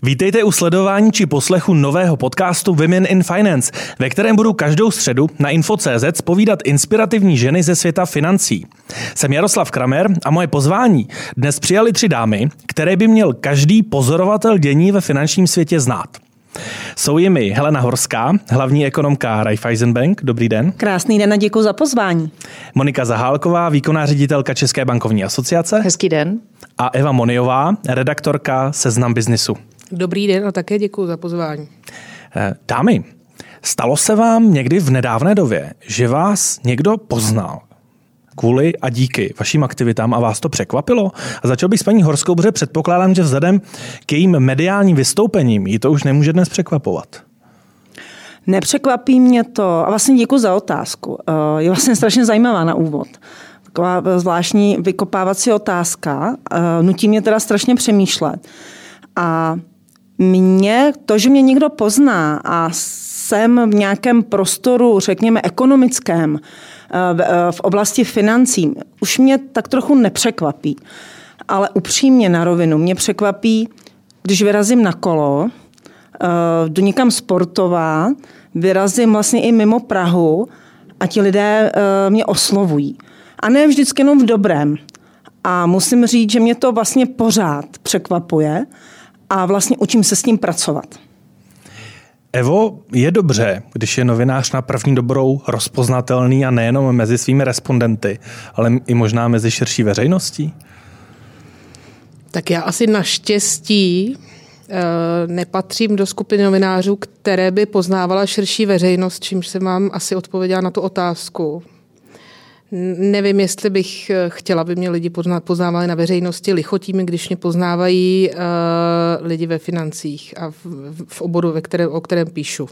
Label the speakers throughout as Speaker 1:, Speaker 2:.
Speaker 1: Vítejte u sledování či poslechu nového podcastu Women in Finance, ve kterém budu každou středu na Info.cz zpovídat inspirativní ženy ze světa financí. Jsem Jaroslav Kramer a moje pozvání dnes přijali 3 dámy, které by měl každý pozorovatel dění ve finančním světě znát. Jsou jimi Helena Horská, hlavní ekonomka Raiffeisen Bank. Dobrý den.
Speaker 2: Krásný den a děkuji za pozvání.
Speaker 1: Monika Zahálková, výkonná ředitelka České bankovní asociace.
Speaker 3: Hezký den.
Speaker 1: A Eva Moniová, redaktorka Seznam Biznisu.
Speaker 4: Dobrý den a také děkuji za pozvání.
Speaker 1: Dámy, stalo se vám někdy v nedávné době, že vás někdo poznal kvůli a díky vašim aktivitám a vás to překvapilo? A začal bych s paní Horskou, protože předpokládám, že vzhledem k jejím mediálním vystoupením jí to už nemůže dnes překvapovat.
Speaker 2: Nepřekvapí mě to a vlastně děkuji za otázku. Je vlastně strašně zajímavá na úvod. Taková zvláštní vykopávací otázka. Nutí mě teda strašně přemýšlet. A to, že mě někdo pozná a jsem v nějakém prostoru, řekněme, ekonomickém, v oblasti financí, už mě tak trochu nepřekvapí. Ale upřímně na rovinu, mě překvapí, když vyrazím na kolo, jdu někam sportovat, vyrazím vlastně i mimo Prahu a ti lidé mě oslovují. A ne vždycky jenom v dobrém. A musím říct, že mě to vlastně pořád překvapuje a vlastně učím se s tím pracovat.
Speaker 1: Evo, je dobře, když je novinář na první dobrou rozpoznatelný a nejenom mezi svými respondenty, ale i možná mezi širší veřejností?
Speaker 4: Tak já asi naštěstí nepatřím do skupiny novinářů, které by poznávala širší veřejnost, čímž jsem vám asi odpověděla na tu otázku. Nevím, jestli bych chtěla, aby mě lidi poznávali na veřejnosti lichotíme, když mě poznávají lidi ve financích a v oboru, o kterém píšu.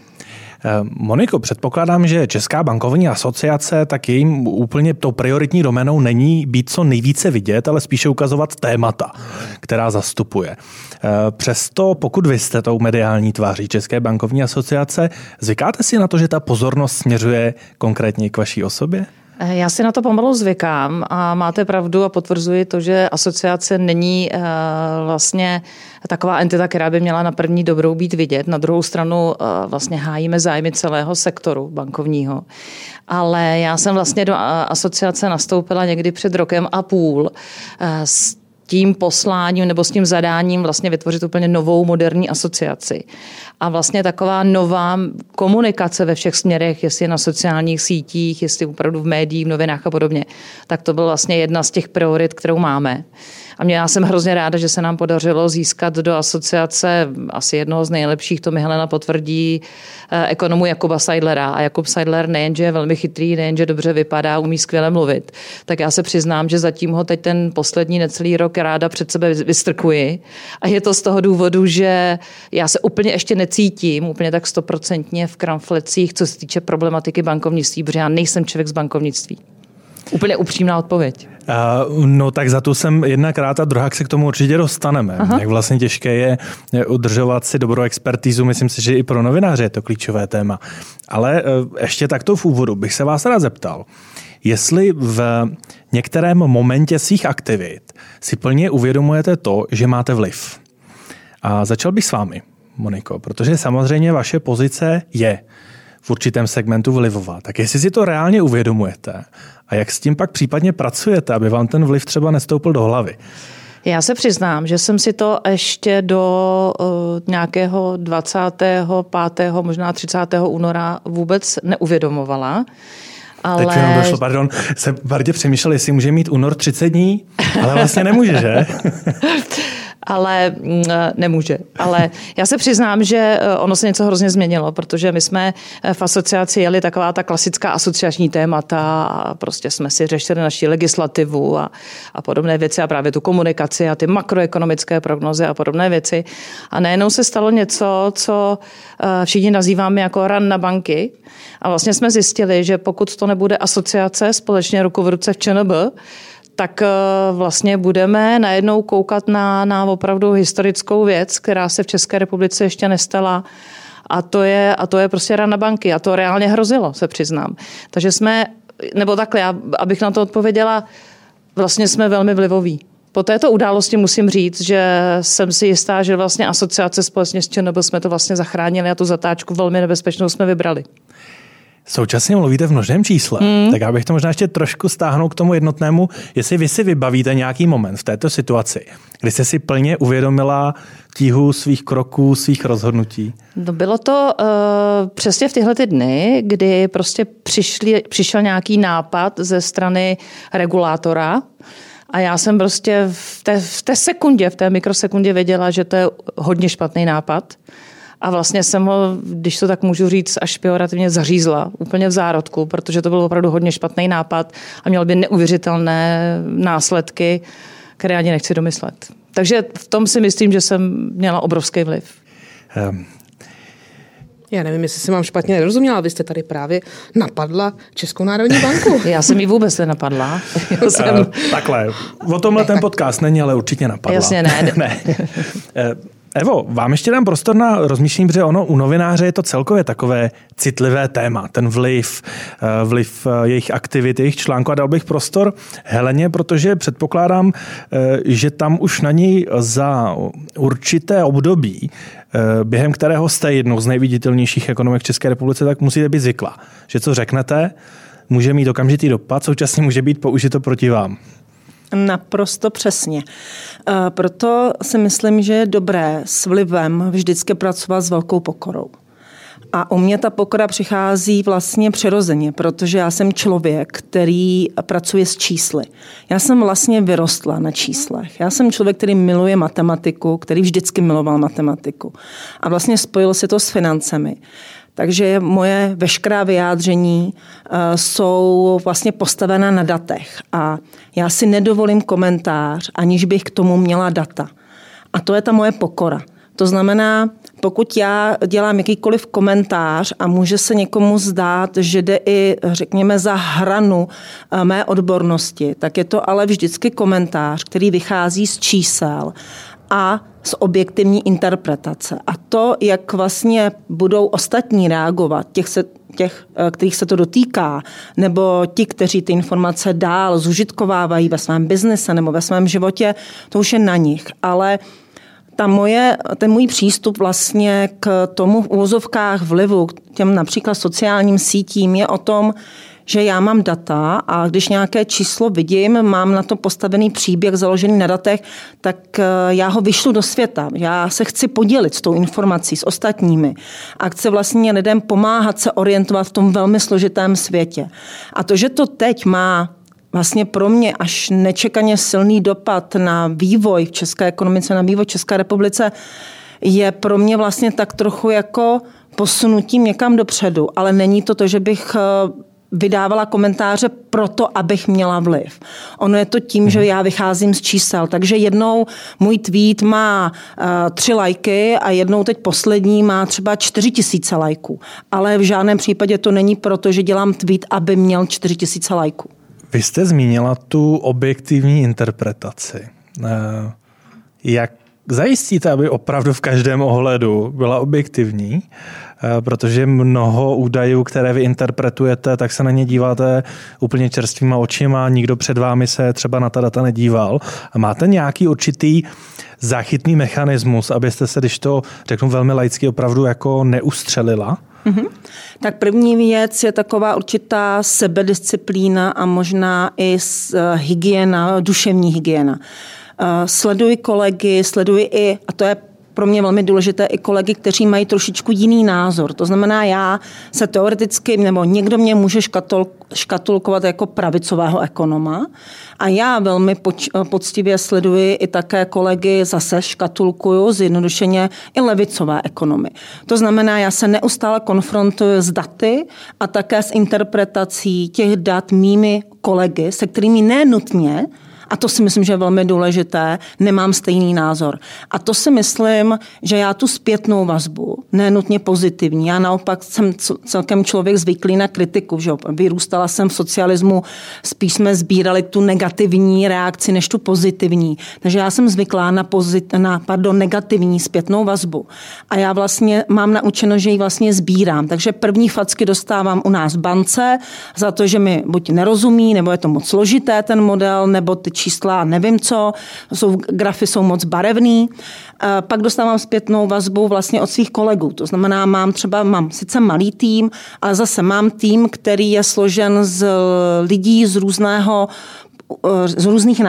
Speaker 1: Moniko, předpokládám, že Česká bankovní asociace, tak jejím úplně tou prioritní doménou není být co nejvíce vidět, ale spíše ukazovat témata, která zastupuje. Přesto, pokud vy jste tou mediální tváří České bankovní asociace, zvykáte si na to, že ta pozornost směřuje konkrétně k vaší osobě?
Speaker 3: Já si na to pomalu zvykám a máte pravdu a potvrzuji to, že asociace není vlastně taková entita, která by měla na první dobrou být vidět. Na druhou stranu vlastně hájíme zájmy celého sektoru bankovního. Ale já jsem vlastně do asociace nastoupila někdy před 1,5 roku s tím posláním nebo s tím zadáním vlastně vytvořit úplně novou moderní asociaci. A vlastně taková nová komunikace ve všech směrech, jestli na sociálních sítích, jestli opravdu v médiích, v novinách a podobně, tak to byla vlastně jedna z těch priorit, kterou máme. A já jsem hrozně ráda, že se nám podařilo získat do asociace asi jednoho z nejlepších, to mi Helena potvrdí, ekonomu Jakuba Seidlera. A Jakub Seidler nejenže je velmi chytrý, nejenže dobře vypadá, umí skvěle mluvit. Tak já se přiznám, že zatím ho teď ten poslední necelý rok ráda před sebe vystrkuji. A je to z toho důvodu, že já se úplně ještě necítím, úplně tak 100% v kramflecích, co se týče problematiky bankovnictví, protože já nejsem člověk z bankovnictví. Úplně upřímná odpověď.
Speaker 1: No tak za to jsem jednakrát a druhá se k tomu určitě dostaneme. Jak vlastně těžké je udržovat si dobrou expertízu, myslím si, že i pro novináře je to klíčové téma. Ale ještě takto v úvodu bych se vás rád zeptal, jestli v některém momentě svých aktivit si plně uvědomujete to, že máte vliv. A začal bych s vámi, Moniko, protože samozřejmě vaše pozice je v určitém segmentu vlivová. Tak jestli si to reálně uvědomujete a jak s tím pak případně pracujete, aby vám ten vliv třeba nestoupil do hlavy?
Speaker 3: Já se přiznám, že jsem si to ještě do nějakého 25. možná 30. února vůbec neuvědomovala. Ale...
Speaker 1: Teď jenom došlo, pardon, jsem barději přemýšlel, jestli může mít únor 30 dní, ale vlastně nemůže, že?
Speaker 3: Ale nemůže. Ale já se přiznám, že ono se něco hrozně změnilo, protože my jsme v asociaci jeli taková ta klasická asociační témata a prostě jsme si řešili naši legislativu a podobné věci a právě tu komunikaci a ty makroekonomické prognozy a podobné věci. A najednou se stalo něco, co všichni nazýváme jako run na banky. A vlastně jsme zjistili, že pokud to nebude asociace společně ruku v ruce v ČNB, tak vlastně budeme najednou koukat na opravdu historickou věc, která se v České republice ještě nestala. A to je prostě run na banky. A to reálně hrozilo, se přiznám. Takže abych na to odpověděla, vlastně jsme velmi vlivoví. Po této události musím říct, že jsem si jistá, že vlastně asociace společně s ČNB jsme to vlastně zachránili a tu zatáčku velmi nebezpečnou jsme vybrali.
Speaker 1: Současně mluvíte v množném čísle, tak já bych to možná ještě trošku stáhnul k tomu jednotnému, jestli vy si vybavíte nějaký moment v této situaci, kdy jste si plně uvědomila tíhu svých kroků, svých rozhodnutí.
Speaker 3: No bylo to přesně v tyhle dny, kdy prostě přišel nějaký nápad ze strany regulátora a já jsem prostě v té sekundě, v té mikrosekundě věděla, že to je hodně špatný nápad. A vlastně jsem ho, když to tak můžu říct, až pejorativně zařízla, úplně v zárodku, protože to byl opravdu hodně špatný nápad a měl by neuvěřitelné následky, které ani nechci domyslet. Takže v tom si myslím, že jsem měla obrovský vliv.
Speaker 4: Já nevím, jestli jsem vám špatně nerozuměla, vy jste tady právě napadla Českou národní banku.
Speaker 3: Já jsem ji vůbec nenapadla.
Speaker 1: Takhle, o tomhle ten podcast není, ale určitě napadla.
Speaker 3: Jasně ne.
Speaker 1: Evo, vám ještě dám prostor na rozmýšlení, protože ono u novináře je to celkově takové citlivé téma, ten vliv jejich aktivit, jejich článku a dal bych prostor Heleně, protože předpokládám, že tam už na ní za určité období, během kterého jste jednou z nejviditelnějších ekonomek v České republice, tak musíte být zvyklá, že co řeknete, může mít okamžitý dopad, současně může být použito proti vám.
Speaker 2: Naprosto přesně. Proto si myslím, že je dobré s vlivem vždycky pracovat s velkou pokorou. A u mě ta pokora přichází vlastně přirozeně, protože já jsem člověk, který pracuje s čísly. Já jsem vlastně vyrostla na číslech. Já jsem člověk, který miluje matematiku, který vždycky miloval matematiku. A vlastně spojil si to s financemi. Takže moje veškerá vyjádření jsou vlastně postavená na datech. A já si nedovolím komentář, aniž bych k tomu měla data. A to je ta moje pokora. To znamená, pokud já dělám jakýkoliv komentář a může se někomu zdát, že jde i, řekněme, za hranu mé odbornosti, tak je to ale vždycky komentář, který vychází z čísel a z objektivní interpretace. A to, jak vlastně budou ostatní reagovat, těch, kterých se to dotýká, nebo ti, kteří ty informace dál zužitkovávají ve svém biznise nebo ve svém životě, to už je na nich. Ale ten můj přístup vlastně k tomu v úvozovkách vlivu, k těm například sociálním sítím, je o tom, že já mám data a když nějaké číslo vidím, mám na to postavený příběh založený na datech, tak já ho vyšlu do světa. Já se chci podělit s tou informací, s ostatními a chci vlastně lidem pomáhat se orientovat v tom velmi složitém světě. A to, že to teď má vlastně pro mě až nečekaně silný dopad na vývoj v české ekonomice, na vývoj v České republice, je pro mě vlastně tak trochu jako posunutím někam dopředu, ale není to, že bych vydávala komentáře proto, abych měla vliv. Ono je to tím, že já vycházím z čísel, takže jednou můj tweet má 3 lajky a jednou teď poslední má třeba 4 000 lajků. Ale v žádném případě to není proto, že dělám tweet, aby měl 4 000 lajků.
Speaker 1: Vy jste zmínila tu objektivní interpretaci. Jak zajistíte, aby opravdu v každém ohledu byla objektivní? Protože mnoho údajů, které vy interpretujete, tak se na ně díváte úplně čerstvýma očima, nikdo před vámi se třeba na ta data nedíval. A máte nějaký určitý záchytný mechanismus, abyste se, když to řeknu velmi laicky, opravdu jako neustřelila?
Speaker 2: Tak první věc je taková určitá sebedisciplína a možná i hygiena, duševní hygiena. Sleduji kolegy, a to je pro mě velmi důležité, i kolegy, kteří mají trošičku jiný názor. To znamená, já se teoreticky, nebo někdo mě může škatulkovat jako pravicového ekonoma a já velmi poctivě sleduji i také kolegy, zase škatulkuju zjednodušeně i levicové ekonomy. To znamená, já se neustále konfrontuji s daty a také s interpretací těch dat mými kolegy, se kterými nenutně, a to si myslím, že je velmi důležité, nemám stejný názor. A to si myslím, že já tu zpětnou vazbu, nenutně pozitivní, já naopak jsem celkem člověk zvyklý na kritiku, že vyrůstala jsem v socialismu, spíš jsme sbírali tu negativní reakci, než tu pozitivní. Takže já jsem zvyklá na negativní zpětnou vazbu. A já vlastně mám naučeno, že ji vlastně sbírám. Takže první facky dostávám u nás v bance za to, že mi buď nerozumí, nebo je to moc složité ten model, nebo ty čísla, nevím co, grafy jsou moc barevný. Pak dostávám zpětnou vazbu vlastně od svých kolegů. To znamená, mám sice malý tým, ale zase mám tým, který je složen z lidí z různých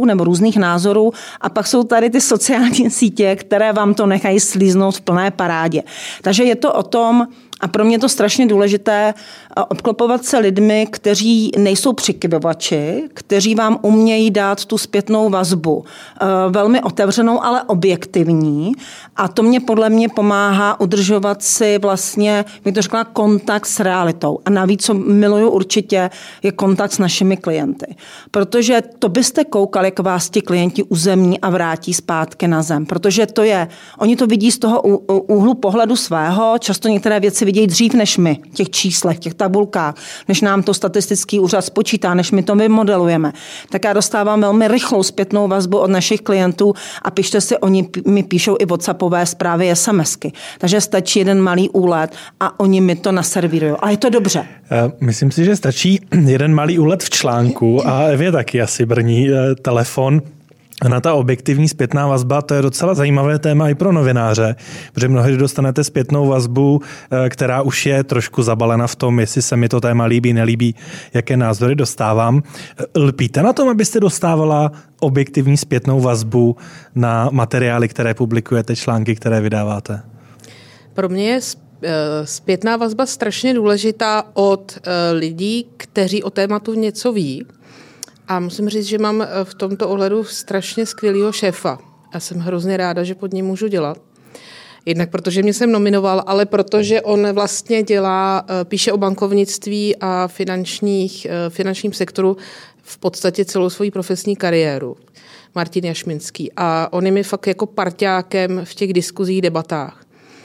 Speaker 2: názorů a pak jsou tady ty sociální sítě, které vám to nechají slíznout v plné parádě. Takže je to o tom, a pro mě je to strašně důležité, obklopovat se lidmi, kteří nejsou přikyvovači, kteří vám umějí dát tu zpětnou vazbu. Velmi otevřenou, ale objektivní. A to mě podle mě pomáhá udržovat si vlastně, bych to řekla, kontakt s realitou. A navíc, co miluju určitě, je kontakt s našimi klienty. Protože to byste koukali, jak vás ti klienti uzemní a vrátí zpátky na zem. Protože oni to vidí z toho úhlu pohledu svého, často některé věci vidějí dřív než my, těch číslech, těch tabulkách, než nám to statistický úřad spočítá, než my to vymodelujeme. Tak já dostávám velmi rychlou zpětnou vazbu od našich klientů a pište si, oni mi píšou i WhatsAppové zprávy, SMSky. Takže stačí jeden malý úlet a oni mi to naservírují. A je to dobře.
Speaker 1: Myslím si, že stačí jeden malý úlet v článku a Evě taky asi brní telefon. Na ta objektivní zpětná vazba, to je docela zajímavé téma i pro novináře, protože mnohdy dostanete zpětnou vazbu, která už je trošku zabalena v tom, jestli se mi to téma líbí, nelíbí, jaké názory dostávám. Lpíte na tom, abyste dostávala objektivní zpětnou vazbu na materiály, které publikujete, články, které vydáváte?
Speaker 4: Pro mě je zpětná vazba strašně důležitá od lidí, kteří o tématu něco ví. A musím říct, že mám v tomto ohledu strašně skvělýho šéfa. Já jsem hrozně ráda, že pod ním můžu dělat. Jednak protože mě jsem nominoval, ale protože on vlastně píše o bankovnictví a finančním sektoru v podstatě celou svoji profesní kariéru. Martin Jašminský. A on je mi fakt jako parťákem v těch diskuzích, debatách.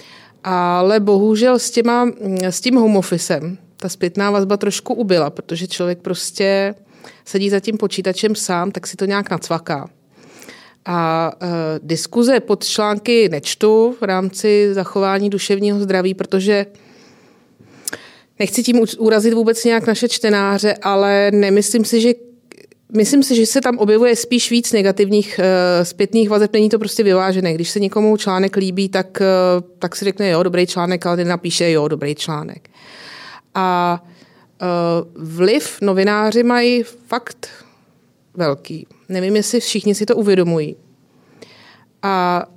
Speaker 4: Ale bohužel s tím home officem ta zpětná vazba trošku ubyla, protože člověk prostě sedí za tím počítačem sám, tak si to nějak nacvaká. A diskuze pod články nečtu v rámci zachování duševního zdraví, protože nechci tím urazit vůbec nějak naše čtenáře, ale myslím si, že se tam objevuje spíš víc negativních zpětných vazeb. Není to prostě vyvážené. Když se někomu článek líbí, tak si řekne, jo, dobrý článek, ale ten napíše, jo, dobrý článek. A vliv novináři mají fakt velký. Nevím, jestli všichni si to uvědomují. A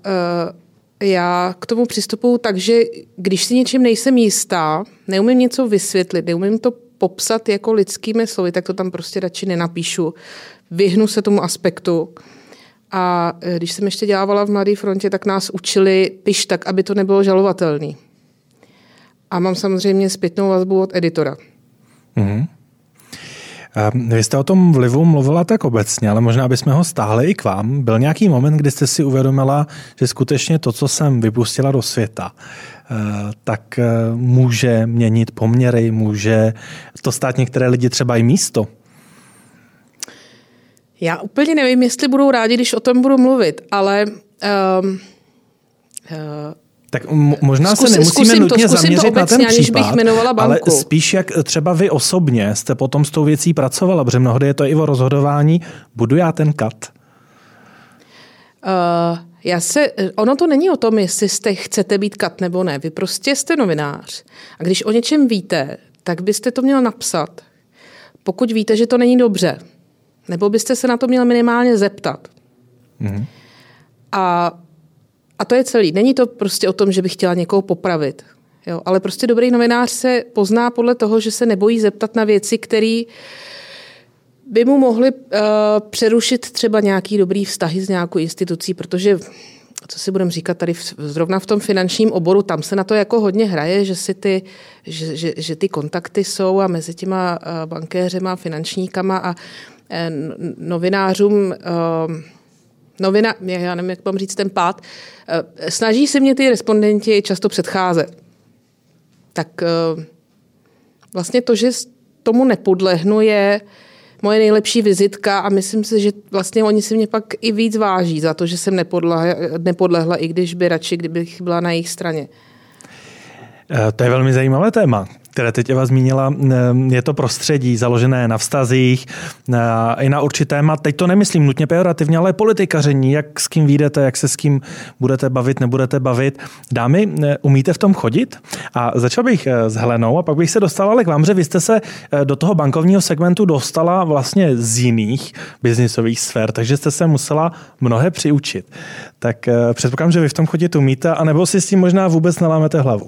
Speaker 4: já k tomu přistupuji tak, že když si něčím nejsem jistá, neumím něco vysvětlit, neumím to popsat jako lidskými slovy, tak to tam prostě radši nenapíšu. Vyhnu se tomu aspektu. A když jsem ještě dělávala v Mladé frontě, tak nás učili piš tak, aby to nebylo žalovatelný. A mám samozřejmě zpětnou vazbu od editora.
Speaker 1: Mm-hmm. Vy jste o tom vlivu mluvila tak obecně, ale možná bychom ho stáhli i k vám. Byl nějaký moment, kdy jste si uvědomila, že skutečně to, co jsem vypustila do světa, tak může měnit poměry, může to stát některé lidi třeba i místo?
Speaker 4: Já úplně nevím, jestli budou rádi, když o tom budu mluvit, ale
Speaker 1: tak možná se nemusíme nutně zaměřit na ten případ, ale spíš jak třeba vy osobně jste potom s tou věcí pracovala, protože mnohdy je to i o rozhodování, budu já ten kat?
Speaker 4: Ono to není o tom, jestli chcete být kat nebo ne. Vy prostě jste novinář. A když o něčem víte, tak byste to měl napsat. Pokud víte, že to není dobře. Nebo byste se na to měl minimálně zeptat. Mm-hmm. A to je celý. Není to prostě o tom, že bych chtěla někoho popravit. Jo? Ale prostě dobrý novinář se pozná podle toho, že se nebojí zeptat na věci, které by mu mohly přerušit třeba nějaký dobrý vztahy s nějakou institucí, protože, co si budeme říkat tady zrovna v tom finančním oboru, tam se na to jako hodně hraje, že ty kontakty jsou a mezi těma bankéřema, finančníkama a novinářům já nevím, jak mám říct ten pád, snaží se mě ty respondenti často předcházet. Tak vlastně to, že tomu nepodlehnu, je moje nejlepší vizitka a myslím si, že vlastně oni si mě pak i víc váží za to, že jsem nepodlehla, i když by radši, kdybych byla na jejich straně.
Speaker 1: To je velmi zajímavé téma. které teď Eva zmínila, je to prostředí založené na vztazích, i na určité téma. Teď to nemyslím nutně pejorativně, ale politikaření, jak s kým vyjdete, jak se s kým budete bavit, nebudete bavit. Dámy, umíte v tom chodit? A začal bych s Helenou a pak bych se dostal ale k vám, že vy jste se do toho bankovního segmentu dostala vlastně z jiných biznisových sfér, takže jste se musela mnohé přiučit. Tak předpokládám, že vy v tom chodit umíte, anebo si s tím možná vůbec nelámete hlavu.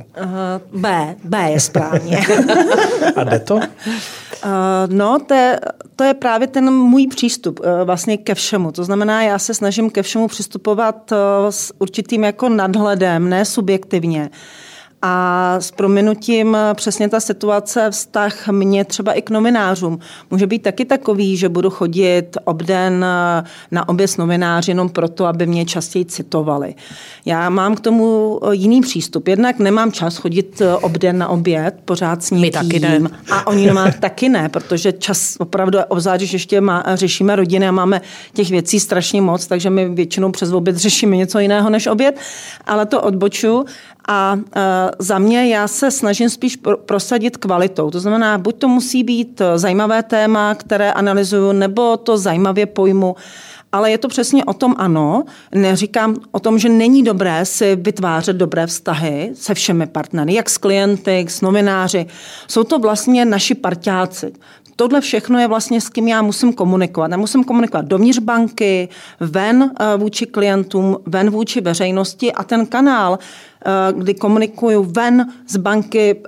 Speaker 2: B je správně.
Speaker 1: A jde to?
Speaker 2: No, to je právě ten můj přístup vlastně ke všemu. To znamená, já se snažím ke všemu přistupovat s určitým jako nadhledem, ne subjektivně. A s prominutím přesně ta situace, vztah mě třeba i k novinářům může být taky takový, že budu chodit obden na oběd s novináři jenom proto, aby mě častěji citovali. Já mám k tomu jiný přístup. Jednak nemám čas chodit obden na oběd, pořád s někým.
Speaker 3: My taky ne.
Speaker 2: A oni taky ne, protože čas opravdu, obzvlášť, že ještě řešíme rodiny a máme těch věcí strašně moc, takže my většinou přes oběd řešíme něco jiného než oběd, ale to odbočuju. A za mě já se snažím spíš prosadit kvalitou. To znamená, buď to musí být zajímavé téma, které analyzuju, nebo to zajímavě pojmu. Ale je to přesně o tom ano. Neříkám o tom, že není dobré si vytvářet dobré vztahy se všemi partnery, jak s klienty, s novináři. Jsou to vlastně naši parťáci. Tohle všechno je vlastně, s kým já musím komunikovat. Já musím komunikovat dovnitř banky, ven vůči klientům, ven vůči veřejnosti a ten kanál, kdy komunikuju ven z banky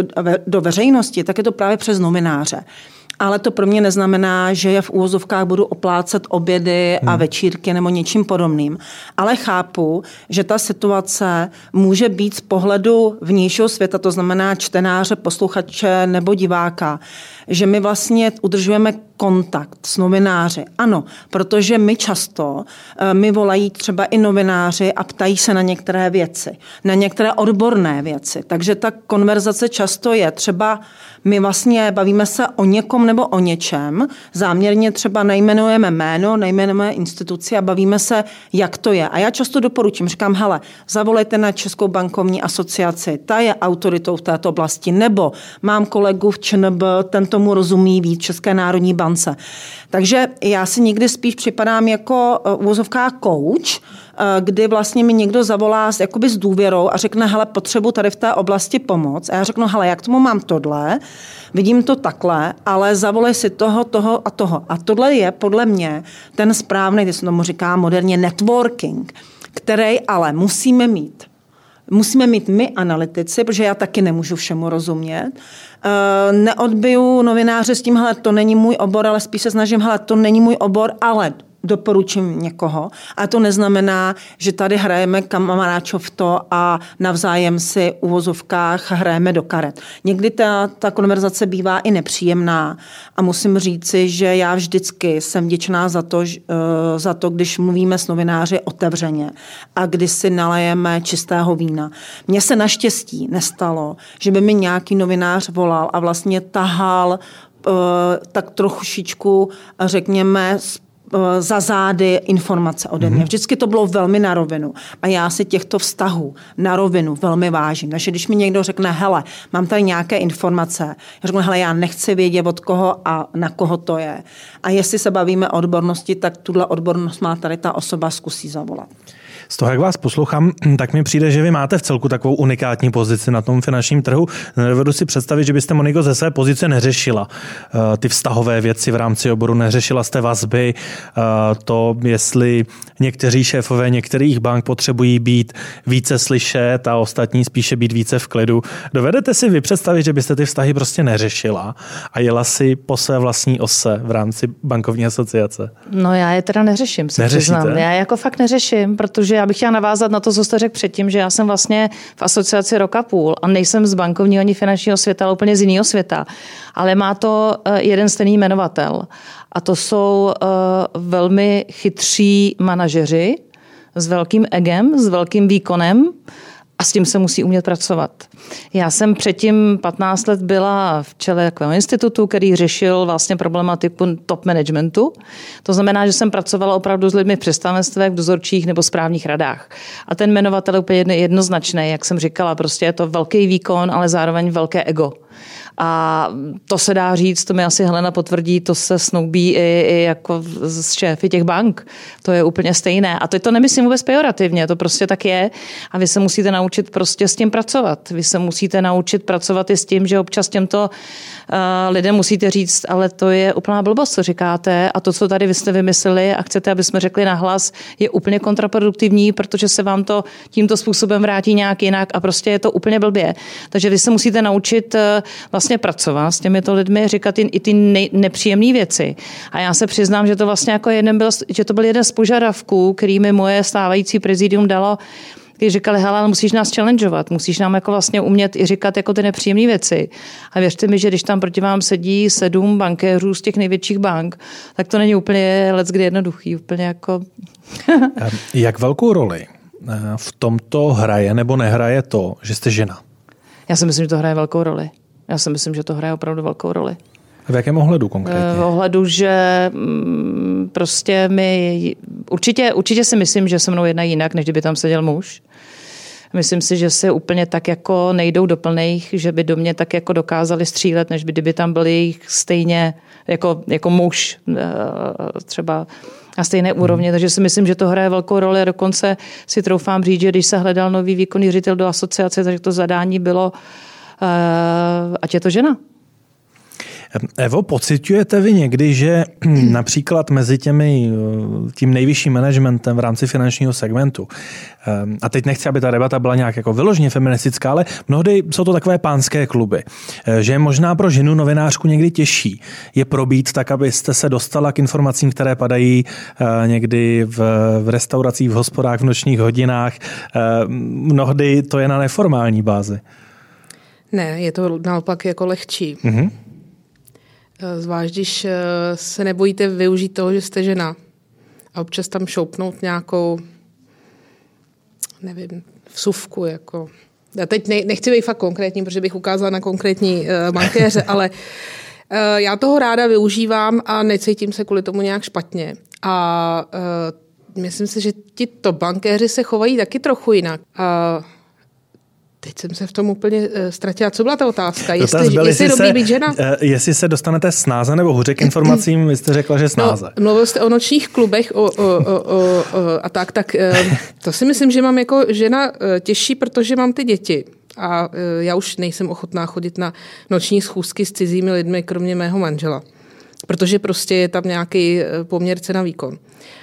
Speaker 2: do veřejnosti, tak je to právě přes novináře. Ale to pro mě neznamená, že je v úvozovkách budu oplácet obědy a večírky nebo něčím podobným. Ale chápu, že ta situace může být z pohledu vnějšího světa, to znamená čtenáře, posluchače nebo diváka, že my vlastně udržujeme kontakt s novináři. Ano, protože my často, mi volají třeba i novináři a ptají se na některé věci, na některé odborné věci. Takže ta konverzace často je třeba, my vlastně bavíme se o někom nebo o něčem, záměrně třeba nejmenujeme jméno, nejmenujeme instituci a bavíme se, jak to je. A já často doporučím, říkám, hele, zavolejte na Českou bankovní asociaci, ta je autoritou v této oblasti, nebo mám kolegu v ČNB, ten tomu rozumí víc, České národní bance. Takže já si někdy spíš připadám jako uvozovká coach, kdy vlastně mi někdo zavolá jakoby s důvěrou a řekne, hele, potřebuji tady v té oblasti pomoc. A já řeknu, hele, jak tomu mám tohle, vidím to takhle, ale zavolej si toho a toho. A tohle je podle mě ten správný, když se tomu říká moderně networking, který ale musíme mít. Musíme mít my analytici, protože já taky nemůžu všemu rozumět. Neodbiju novináře s tím, hele, to není můj obor, ale spíš se snažím, hele, to není můj obor, ale doporučím někoho. A to neznamená, že tady hrajeme kamaráčov to a navzájem si v uvozovkách hrajeme do karet. Někdy ta konverzace bývá i nepříjemná a musím říci, že já vždycky jsem vděčná za to, když mluvíme s novináři otevřeně a když si nalejeme čistého vína. Mně se naštěstí nestalo, že by mi nějaký novinář volal a vlastně tahal tak trošičku, řekněme, za zády informace ode mě. Vždycky to bylo velmi na rovinu. A já si těchto vztahů na rovinu velmi vážím. Takže když mi někdo řekne, hele, mám tady nějaké informace, já řeknu, hele, já nechci vědět od koho a na koho to je. A jestli se bavíme o odbornosti, tak tuhle odbornost má tady ta osoba, zkusí zavolat.
Speaker 1: Z toho, jak vás poslouchám, tak mi přijde, že vy máte v celku takovou unikátní pozici na tom finančním trhu. Nedovedu si představit, že byste, Moniko, ze své pozice neřešila ty vztahové věci v rámci oboru, neřešila jste vazby, to, jestli někteří šéfové některých bank potřebují být více slyšet a ostatní spíše být více v klidu. Dovedete si vy představit, že byste ty vztahy prostě neřešila a jela si po své vlastní ose v rámci bankovní asociace?
Speaker 3: No já je teda neřeším, se přiznám. Já jako fakt neřeším, protože já bych chtěla navázat na to, co jste řekl předtím, že já jsem vlastně v asociaci rok a půl a nejsem z bankovního ani finančního světa, ale úplně z jiného světa. Ale má to jeden stejný jmenovatel. A to jsou velmi chytří manažeři s velkým egem, s velkým výkonem a s tím se musí umět pracovat. Já jsem předtím 15 let byla v čele takového institutu, který řešil vlastně problematiku top managementu. To znamená, že jsem pracovala opravdu s lidmi v představenstvech, v dozorčích nebo správních radách. A ten jmenovatel je úplně jednoznačný, jak jsem říkala, prostě je to velký výkon, ale zároveň velké ego. A to se dá říct, to mi asi Helena potvrdí, to se snoubí i jako z šéfy těch bank. To je úplně stejné. A to nemyslím vůbec pejorativně, to prostě tak je. A vy se musíte naučit prostě s tím pracovat. Vy se musíte naučit pracovat i s tím, že občas těmto lidem musíte říct, ale to je úplná blbost, co říkáte, a to, co tady vy jste vymysleli a chcete, aby jsme řekli nahlas, je úplně kontraproduktivní, protože se vám to tímto způsobem vrátí nějak jinak a prostě je to úplně blbě. Takže vy se musíte naučit vlastně pracovat s těmito lidmi, říkat i ty nepříjemné věci. A já se přiznám, že to vlastně jako že to byl jeden z požadavků, který mi moje stávající prezidium dalo, když říkali, hele, musíš nás challengeovat, musíš nám jako vlastně umět i říkat jako ty nepříjemné věci. A věřte mi, že když tam proti vám sedí 7 bankéřů z těch největších bank, tak to není úplně leckdy jednoduchý, úplně jako...
Speaker 1: Jak velkou roli v tomto hraje nebo nehraje to, že jste žena?
Speaker 3: Já si myslím, že to hraje velkou roli. Já si myslím, že to hraje opravdu velkou roli.
Speaker 1: V jakém ohledu konkrétně?
Speaker 3: V ohledu, že prostě určitě si myslím, že se mnou jednají jinak, než kdyby tam seděl muž. Myslím si, že se úplně tak jako nejdou do plných, že by do mě tak jako dokázali střílet, než kdyby tam byli jich stejně jako muž třeba na stejné úrovni. Takže si myslím, že to hraje velkou roli a dokonce si troufám říct, že když se hledal nový výkonný ředitel do asociace, tak to zadání bylo, ať je to žena.
Speaker 1: Evo, pociťujete vy někdy, že například mezi tím nejvyšším managementem v rámci finančního segmentu, a teď nechci, aby ta debata byla nějak jako vyloženě feministická, ale mnohdy jsou to takové pánské kluby, že je možná pro ženu novinářku někdy těžší je probít tak, abyste se dostala k informacím, které padají někdy v restauracích, v hospodách, v nočních hodinách. Mnohdy to je na neformální bázi.
Speaker 4: Ne, je to naopak jako lehčí. Mm-hmm. Zvlášť, když se nebojíte využít toho, že jste žena a občas tam šoupnout nějakou, nevím, vsuvku. Jako. Já teď nechci být fakt konkrétní, protože bych ukázala na konkrétní bankéře, ale já toho ráda využívám a necítím se kvůli tomu nějak špatně. A myslím si, že tito bankéři se chovají taky trochu jinak. Teď jsem se v tom úplně ztratila. Co byla ta otázka? Jestli je dobrý být žena?
Speaker 1: Jestli se dostanete snáze nebo hůře k informacím, vy jste řekla, že snáze.
Speaker 4: No, mluvil jste o nočních klubech a tak to si myslím, že mám jako žena těžší, protože mám ty děti. A já už nejsem ochotná chodit na noční schůzky s cizími lidmi, kromě mého manžela. Protože prostě je tam nějaký poměr cena výkon.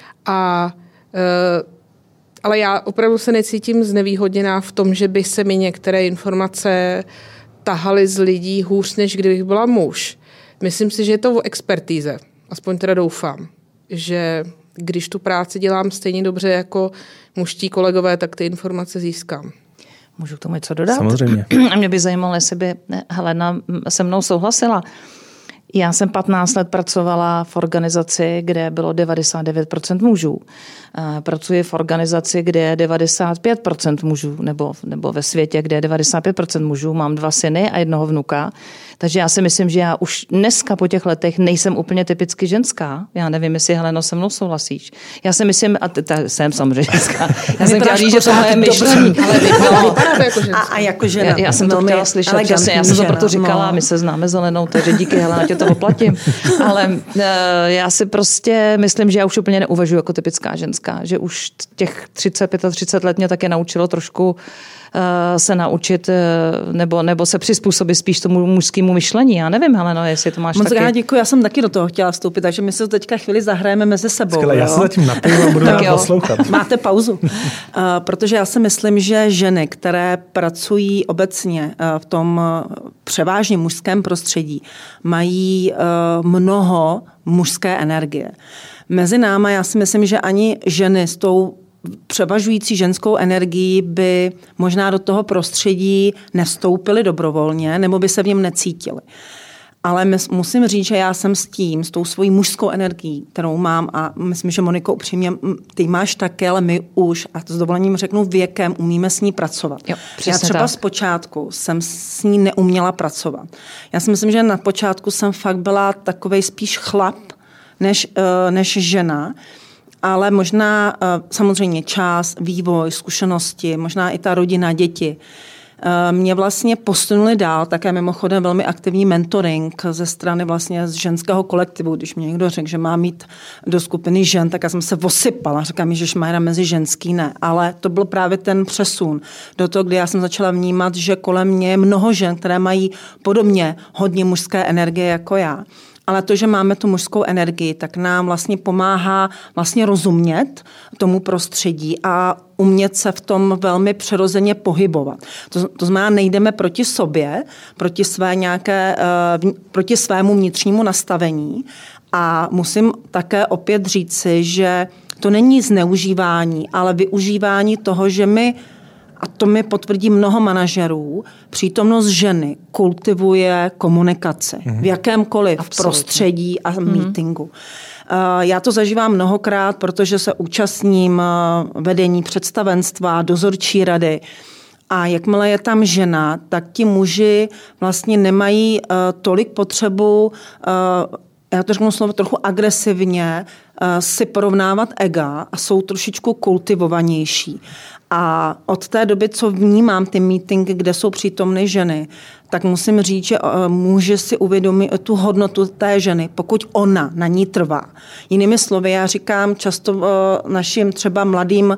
Speaker 4: Ale já opravdu se necítím znevýhodněná v tom, že by se mi některé informace tahaly z lidí hůř, než kdybych byla muž. Myslím si, že je to o expertíze. Aspoň teda doufám, že když tu práci dělám stejně dobře jako mužští kolegové, tak ty informace získám.
Speaker 3: Můžu k tomu něco dodat?
Speaker 1: Samozřejmě.
Speaker 3: A mě by zajímalo, jestli by Helena se mnou souhlasila. Já jsem 15 let pracovala v organizaci, kde bylo 99% mužů. Pracuji v organizaci, kde je 95% mužů, nebo ve světě, kde je 95% mužů. Mám 2 syny a 1 vnuka. Takže já si myslím, že já už dneska po těch letech nejsem úplně typicky ženská. Já nevím, jestli Heleno se mnou souhlasíš. Já si myslím, jsem samozřejmě ženská. Já jsem chtěla říct, že tohle je myšlení.
Speaker 2: A jako žena.
Speaker 3: Já jsem to chtěla slyšet, přesně. Já jsem to proto říkala, my se známe s Helenou, takže díky Helena, tě to oplatím. Ale já si prostě myslím, že já už úplně neuvažuji jako typická ženská. Že už těch 35 let mě také naučilo trošku se naučit nebo se přizpůsobit spíš tomu mužskému myšlení. Já nevím, Heleno, jestli to máš
Speaker 2: moc
Speaker 3: taky.
Speaker 2: Moc děkuji, já jsem taky do toho chtěla vstoupit, takže my se to teďka chvíli zahrajeme mezi sebou.
Speaker 1: Skvěle, já se zatím napiju a budu poslouchat.
Speaker 2: Máte pauzu. Protože já si myslím, že ženy, které pracují obecně v tom převážně mužském prostředí, mají mnoho mužské energie. Mezi náma já si myslím, že ani ženy s tou převažující ženskou energií by možná do toho prostředí nevstoupily dobrovolně nebo by se v něm necítily. Ale musím říct, že já jsem s tou svojí mužskou energií, kterou mám a myslím, že Moniko upřímně, ty máš také, ale my už, a to s dovolením řeknu, věkem umíme s ní pracovat.
Speaker 3: Jo,
Speaker 2: já třeba zpočátku jsem s ní neuměla pracovat. Já si myslím, že na počátku jsem fakt byla takovej spíš chlap než žena, ale možná samozřejmě čas, vývoj, zkušenosti, možná i ta rodina, děti mě vlastně posunuli dál, také mimochodem velmi aktivní mentoring ze strany vlastně z ženského kolektivu. Když mě někdo řekl, že má mít do skupiny žen, tak já jsem se osypala. Říkám, že Šmajra mezi ženský ne. Ale to byl právě ten přesun do toho, kdy já jsem začala vnímat, že kolem mě je mnoho žen, které mají podobně hodně mužské energie jako já. Ale to, že máme tu mužskou energii, tak nám vlastně pomáhá vlastně rozumět tomu prostředí a umět se v tom velmi přirozeně pohybovat. To znamená, nejdeme proti sobě, proti svému vnitřnímu nastavení. A musím také opět říci, že to není zneužívání, ale využívání toho, že my, a to mi potvrdí mnoho manažerů, přítomnost ženy kultivuje komunikaci v jakémkoliv prostředí a meetingu. Já to zažívám mnohokrát, protože se účastním vedení představenstva, dozorčí rady. A jakmile je tam žena, tak ti muži vlastně nemají tolik potřebu, já to řeknu slovo trochu agresivně, si porovnávat ega a jsou trošičku kultivovanější. A od té doby, co vnímám ty meetingy, kde jsou přítomny ženy, tak musím říct, že muži si uvědomí tu hodnotu té ženy, pokud ona na ní trvá. Jinými slovy, já říkám často našim třeba mladým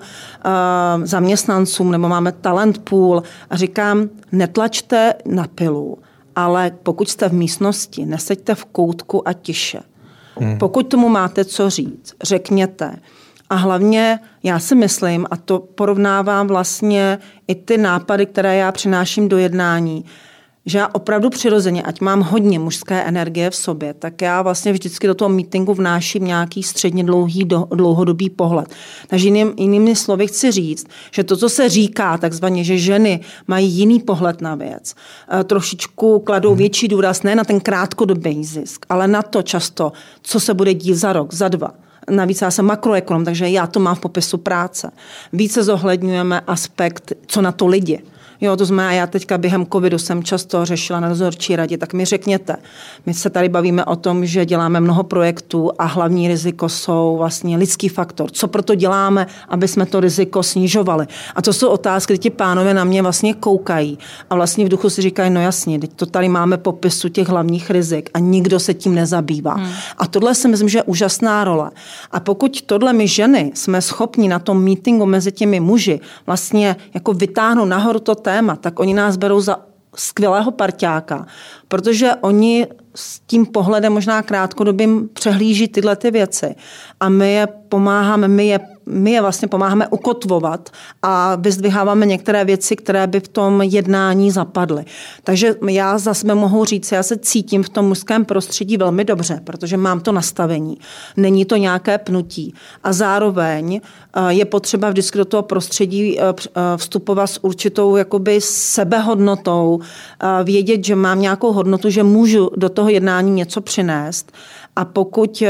Speaker 2: zaměstnancům, nebo máme talent pool, a říkám, netlačte na pilu, ale pokud jste v místnosti, neseďte v koutku a tiše. Pokud tomu máte co říct, řekněte. A hlavně já si myslím, a to porovnávám vlastně i ty nápady, které já přináším do jednání, že já opravdu přirozeně, ať mám hodně mužské energie v sobě, tak já vlastně vždycky do toho meetingu vnáším nějaký středně dlouhodobý pohled. Takže jinými slovy chci říct, že to, co se říká takzvaně, že ženy mají jiný pohled na věc, trošičku kladou větší důraz ne na ten krátkodobý zisk, ale na to často, co se bude dít za rok, za dva. Navíc já jsem makroekonom, takže já to mám v popisu práce. Více zohledňujeme aspekt, co na to lidi. Jo, to znamená, já teďka během covidu jsem často řešila na dozorčí radě, tak mi řekněte, my se tady bavíme o tom, že děláme mnoho projektů a hlavní riziko jsou vlastně lidský faktor. Co proto děláme, aby jsme to riziko snižovali? A to jsou otázky, kdy ti pánové na mě vlastně koukají a vlastně v duchu si říkají, no jasně, teď to tady máme popisu těch hlavních rizik a nikdo se tím nezabývá. A tohle si myslím, že je úžasná role. A pokud tohle my ženy jsme schopni na tom meetingu mezi těmi muži vlastně jako vytáhnout nahoru to téma, tak oni nás berou za skvělého parťáka, protože oni s tím pohledem možná krátkodobým přehlíží tyhle ty věci a my je pomáháme, my je vlastně pomáháme ukotvovat a vyzdviháváme některé věci, které by v tom jednání zapadly. Takže já zase mohu říct, já se cítím v tom mužském prostředí velmi dobře, protože mám to nastavení. Není to nějaké pnutí. A zároveň je potřeba vždycky do toho prostředí vstupovat s určitou jakoby sebehodnotou, vědět, že mám nějakou hodnotu, že můžu do toho jednání něco přinést. A pokud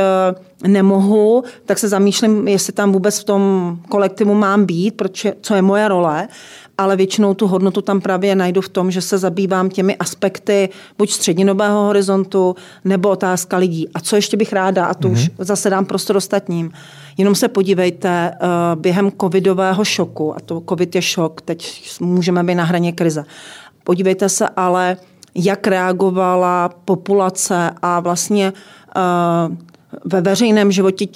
Speaker 2: nemohu, tak se zamýšlím, jestli tam vůbec v tom kolektivu mám být, co je moje role, ale většinou tu hodnotu tam právě najdu v tom, že se zabývám těmi aspekty buď střednědobého horizontu, nebo otázka lidí. A co ještě bych ráda, a to už zase dám prostor ostatním, jenom se podívejte během covidového šoku, a to covid je šok, teď můžeme být na hraně krize. Podívejte se ale, jak reagovala populace a vlastně ve veřejném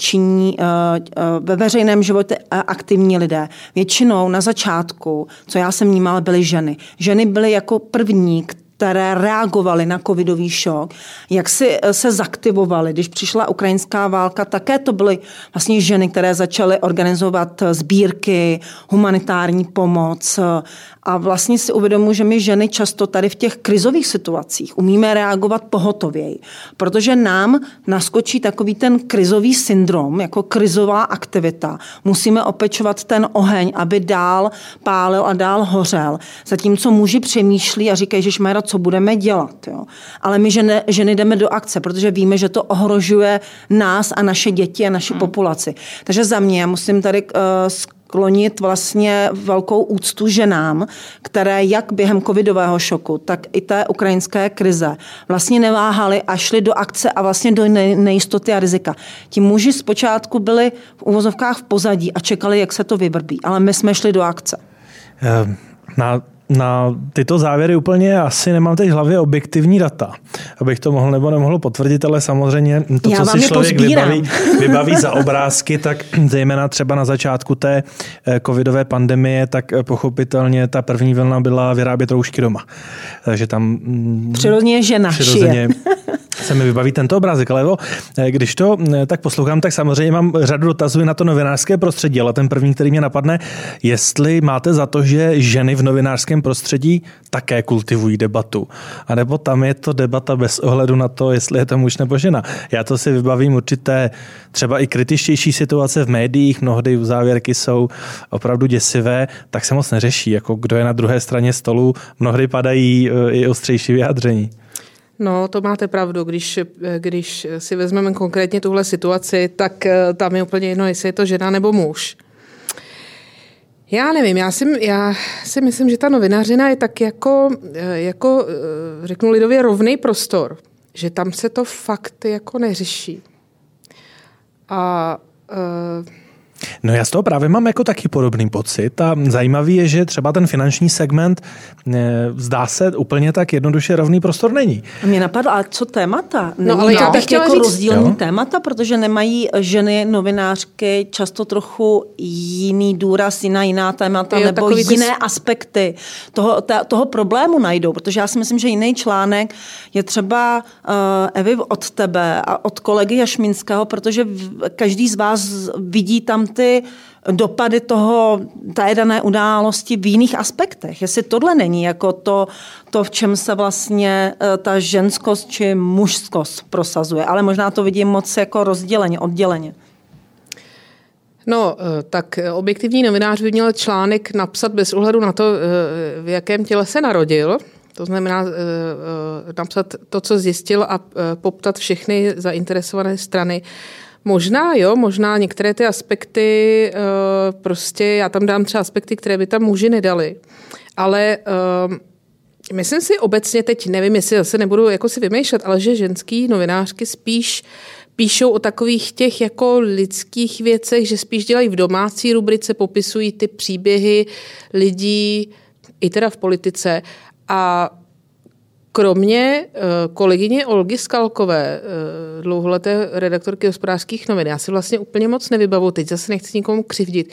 Speaker 2: životě aktivní lidé. Většinou na začátku, co já jsem vnímala, byly ženy. Ženy byly jako první, které reagovaly na covidový šok, jak si se zaktivovaly. Když přišla ukrajinská válka, také to byly vlastně ženy, které začaly organizovat sbírky, humanitární pomoc. A vlastně si uvědomuji, že my ženy často tady v těch krizových situacích umíme reagovat pohotověji, protože nám naskočí takový ten krizový syndrom, jako krizová aktivita. Musíme opečovat ten oheň, aby dál pálil a dál hořel. Zatímco muži přemýšlí a říkají, Ježišmarja, co budeme dělat. Jo? Ale my ženy jdeme do akce, protože víme, že to ohrožuje nás a naše děti a naši populaci. Takže za mě musím tady sklonit vlastně velkou úctu ženám, které jak během covidového šoku, tak i té ukrajinské krize vlastně neváhaly a šly do akce a vlastně do nejistoty a rizika. Ti muži zpočátku byli v uvozovkách v pozadí a čekali, jak se to vybrbí, ale my jsme šli do akce.
Speaker 1: Na na tyto závěry úplně asi nemám teď v hlavě objektivní data, abych to mohl nebo nemohl potvrdit, ale samozřejmě to, co si člověk vybaví za obrázky, tak zejména třeba na začátku té covidové pandemie, tak pochopitelně ta první vlna byla vyrábět roušky doma. Takže tam
Speaker 2: přirozeně žena šije.
Speaker 1: Se mi vybaví tento obrázek, ale když to tak poslouchám, tak samozřejmě mám řadu dotazů na to novinářské prostředí, ale ten první, který mě napadne, jestli máte za to, že ženy v novinářském prostředí také kultivují debatu, anebo tam je to debata bez ohledu na to, jestli je to muž nebo žena. Já to si vybavím určité třeba i kritičtější situace v médiích, mnohdy závěrky jsou opravdu děsivé, tak se moc neřeší, jako kdo je na druhé straně stolu, mnohdy padají i ostřejší vyjádření.
Speaker 4: No, to máte pravdu. Když si vezmeme konkrétně tuhle situaci, tak tam je úplně jedno, jestli je to žena nebo muž. Já nevím, já si myslím, že ta novinařina je tak jako řeknu lidově, rovnej prostor. Že tam se to fakt jako neřeší.
Speaker 1: No já z toho právě mám jako taky podobný pocit a zajímavý je, že třeba ten finanční segment zdá se úplně tak jednoduše rovný prostor není.
Speaker 2: A mě napadlo, ale co témata?
Speaker 4: No, ale já bych chtěla
Speaker 2: jako
Speaker 4: říct,
Speaker 2: rozdílný témata, protože nemají ženy novinářky často trochu jiný důraz, jiná témata nebo jiné aspekty toho problému najdou, protože já si myslím, že jiný článek je třeba Evy od tebe a od kolegy Jašminského, protože každý z vás vidí tam ty dopady té dané události v jiných aspektech. Jestli tohle není jako to, v čem se vlastně ta ženskost či mužskost prosazuje, ale možná to vidím moc jako rozděleně, odděleně.
Speaker 4: No, tak objektivní novinář by měl článek napsat bez ohledu na to, v jakém těle se narodil. To znamená napsat to, co zjistil a poptat všechny zainteresované strany. Možná některé ty aspekty, prostě já tam dám třeba aspekty, které by tam muži nedali. Ale myslím si obecně, teď nevím, jestli zase nebudu jako si vymýšlet, ale že ženský novinářky spíš píšou o takových těch jako lidských věcech, že spíš dělají v domácí rubrice, popisují ty příběhy lidí, i teda v politice. A kromě kolegyně Olgy Skalkové, dlouholeté redaktorky Hospodářských novin, já si vlastně úplně moc nevybavu, teď zase nechci nikomu křivdit,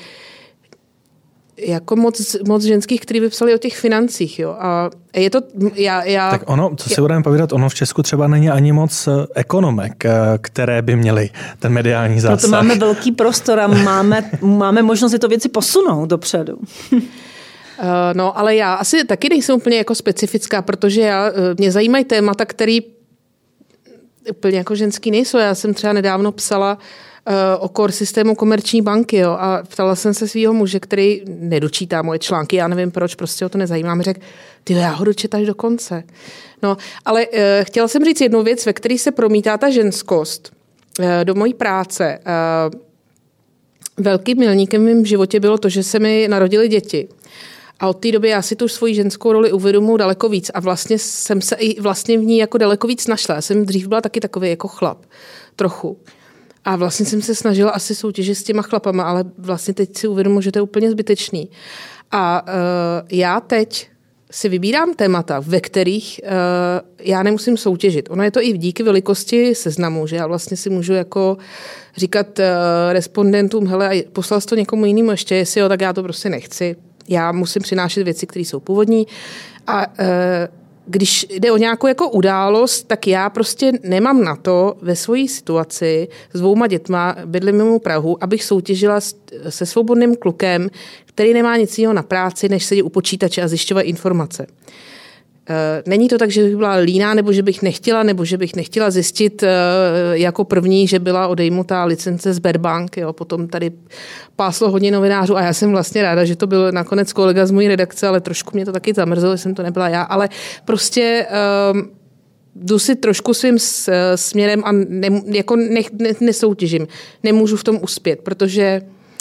Speaker 4: jako moc ženských, kteří by psali o těch financích. Jo. A je to,
Speaker 1: tak ono, co si budeme povídat, ono v Česku třeba není ani moc ekonomek, které by měly ten mediální zásah.
Speaker 2: Proto máme velký prostor a máme možnost tyto věci posunout dopředu.
Speaker 4: No, ale já asi taky nejsem úplně jako specifická, protože mě zajímají témata, které úplně jako ženský nejsou. Já jsem třeba nedávno psala o core systému Komerční banky, jo, a ptala jsem se svýho muže, který nedočítá moje články, já nevím proč, prostě ho to nezajímá, mi řekl, ty já ho dočet až do konce. No, ale chtěla jsem říct jednu věc, ve které se promítá ta ženskost do mojí práce. Velkým milníkem v mém životě bylo to, že se mi narodily děti. A od té doby já si tu svoji ženskou roli uvědomuji daleko víc a vlastně jsem se i vlastně v ní jako daleko víc našla. Já jsem dřív byla taky takový jako chlap, trochu. A vlastně jsem se snažila asi soutěžit s těma chlapama, ale vlastně teď si uvědomuji, že to je úplně zbytečný. A já teď si vybírám témata, ve kterých já nemusím soutěžit. Ono je to i díky velikosti seznamu, že já vlastně si můžu jako říkat respondentům, hele, a poslal jsi to někomu jinému ještě, jestli jo, tak já to prostě nechci. Já musím přinášet věci, které jsou původní a když jde o nějakou jako událost, tak já prostě nemám na to ve své situaci s 2 dětma, bydlím mimo Prahu, abych soutěžila se svobodným klukem, který nemá nic jiného na práci, než sedět u počítače a zjišťovat informace. Není to tak, že bych byla líná, nebo že bych nechtěla zjistit jako první, že byla odejmutá licence Sberbank. Jo. Potom tady páslo hodně novinářů a já jsem vlastně ráda, že to byl nakonec kolega z mojí redakce, ale trošku mě to taky zamrzelo, že jsem to nebyla já. Ale prostě jdu si trošku svým směrem a nesoutěžím. Nemůžu v tom uspět, protože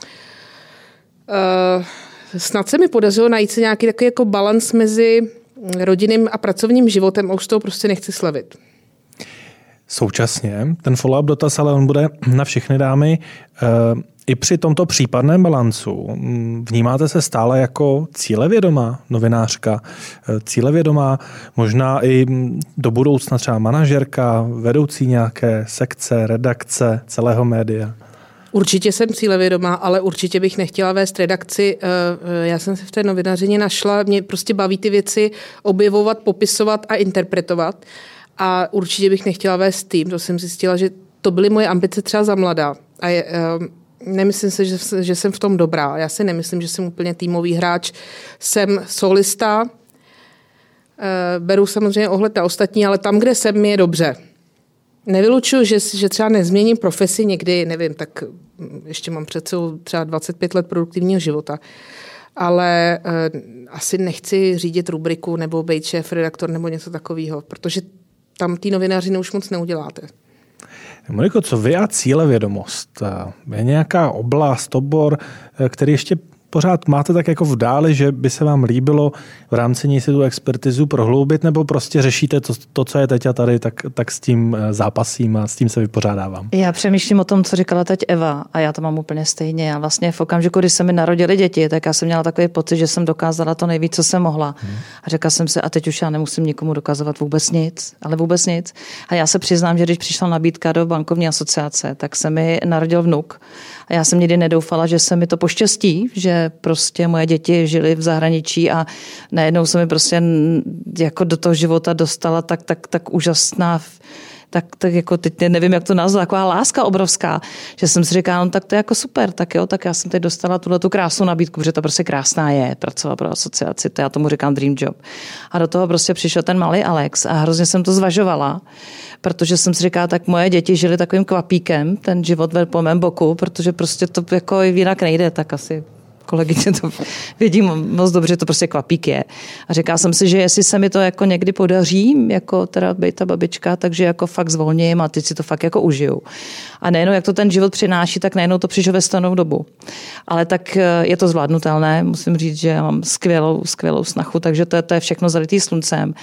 Speaker 4: snad se mi podařilo najít si nějaký takový jako balans mezi rodinným a pracovním životem a už toho prostě nechci slevit.
Speaker 1: Současně, ten follow-up dotaz, ale on bude na všechny dámy. I při tomto případném balancu vnímáte se stále jako cílevědomá novinářka, cílevědomá možná i do budoucna třeba manažerka, vedoucí nějaké sekce, redakce celého média?
Speaker 4: Určitě jsem cílevědomá, ale určitě bych nechtěla vést redakci. Já jsem se v té novinařině našla, mě prostě baví ty věci objevovat, popisovat a interpretovat. A určitě bych nechtěla vést tým. To jsem zjistila, že to byly moje ambice třeba za mladá. A nemyslím si, že jsem v tom dobrá. Já si nemyslím, že jsem úplně týmový hráč. Jsem solista, beru samozřejmě ohled na ostatní, ale tam, kde jsem, mi je dobře. Nevylučuju, že třeba nezměním profesi někdy, nevím, tak ještě mám před sebou třeba 25 let produktivního života. Ale asi nechci řídit rubriku nebo být šéf-redaktor nebo něco takového, protože tam ty novinářiny už moc neuděláte.
Speaker 1: Moniko, co vy a cílevědomost? Je nějaká oblast, obor, který ještě pořád máte tak jako v dáli, že by se vám líbilo v rámci něj si tu expertizu prohloubit, nebo prostě řešíte to, co je teď a tady, tak s tím zápasím a s tím se vypořádávám? Já
Speaker 3: přemýšlím o tom, co říkala teď Eva, a já to mám úplně stejně. Já vlastně v okamžiku, kdy se mi narodily děti, tak já jsem měla takový pocit, že jsem dokázala to nejvíc, co jsem mohla. A řekla jsem si, a teď už já nemusím nikomu dokazovat vůbec nic, ale vůbec nic. A já se přiznám, že když přišla nabídka do bankovní asociace, tak se mi narodil vnuk. A já jsem nikdy nedoufala, že se mi to poštěstí, že prostě moje děti žily v zahraničí a najednou se mi prostě jako do toho života dostala tak úžasná, tak jako teď nevím, jak to nazvat, taková láska obrovská, že jsem si říkala, no tak to je jako super, tak jo, tak já jsem teď dostala tu krásnou nabídku, protože to prostě krásná je, pracovat pro asociaci, to já tomu říkám dream job. A do toho prostě přišel ten malý Alex a hrozně jsem to zvažovala, protože jsem si říkala, tak moje děti žily takovým kvapíkem, ten život byl po mém boku, protože prostě to jako jinak nejde, tak asi kolegyně to vědí moc dobře, to prostě kvapík je. A říkala jsem si, že jestli se mi to jako někdy podaří, jako teda být ta babička, takže jako fakt zvolním a teď si to fakt jako užiju. A nejenom jak to ten život přináší, tak nejenom to přišlo ve stejnou dobu. Ale tak je to zvládnutelné, musím říct, že já mám skvělou snachu, takže to je všechno zalitý sluncem.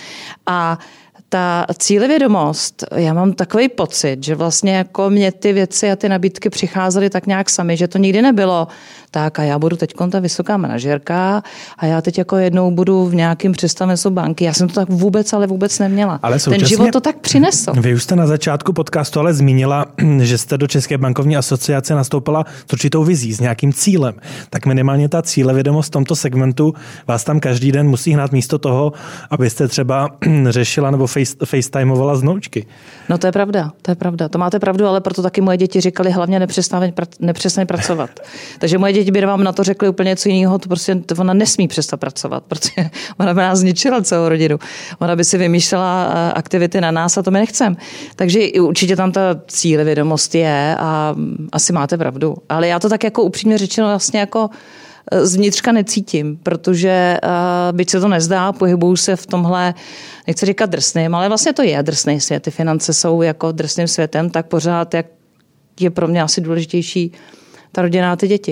Speaker 3: A ta cílevědomost, já mám takový pocit, že vlastně jako mě ty věci a ty nabídky přicházely tak nějak sami, že to nikdy nebylo tak a já budu teď ta vysoká manažerka a já teď jako jednou budu v nějakém představenstvu banky. Já jsem to tak vůbec neměla.
Speaker 1: Ale
Speaker 3: ten život to tak přinesl.
Speaker 1: Vy už jste na začátku podcastu ale zmínila, že jste do České bankovní asociace nastoupila s určitou vizí, s nějakým cílem. Tak minimálně ta cílevědomost v tomto segmentu vás tam každý den musí hnát místo toho, abyste třeba řešila nebo facetimeovala znoučky. No
Speaker 3: to je pravda. To máte pravdu, ale proto taky moje děti říkali hlavně nepřestaň pracovat. Takže moje děti by vám na to řekly úplně něco jiného, to prostě ona nesmí přestat pracovat, protože ona by nás zničila celou rodinu. Ona by si vymýšlela aktivity na nás a to my nechcem. Takže určitě tam ta cílevědomost je a asi máte pravdu. Ale já to tak jako upřímně řečeno vlastně jako zvnitřka necítím, protože byť se to nezdá, pohybuju se v tomhle, nechci říkat drsným, ale vlastně to je drsný svět. Ty finance jsou jako drsným světem, tak pořád jak je pro mě asi důležitější ta rodina a ty děti.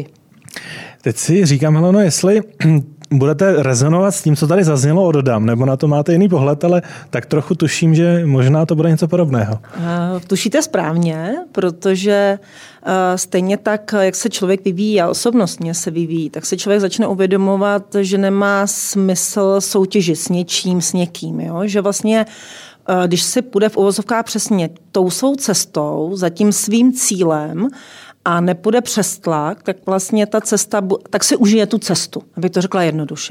Speaker 1: Teď si říkám, Heleno, jestli budete rezonovat s tím, co tady zaznělo od Dodam, nebo na to máte jiný pohled, ale tak trochu tuším, že možná to bude něco podobného.
Speaker 2: Tušíte správně, protože stejně tak, jak se člověk vyvíjí a osobnostně se vyvíjí, tak se člověk začne uvědomovat, že nemá smysl soutěžit s něčím, s někým. Jo? Že vlastně když si půjde v uvozovkách přesně tou svou cestou, za tím svým cílem, a nepůjde přes tlak, tak vlastně ta cesta, tak si užije tu cestu, abych to řekla jednoduše.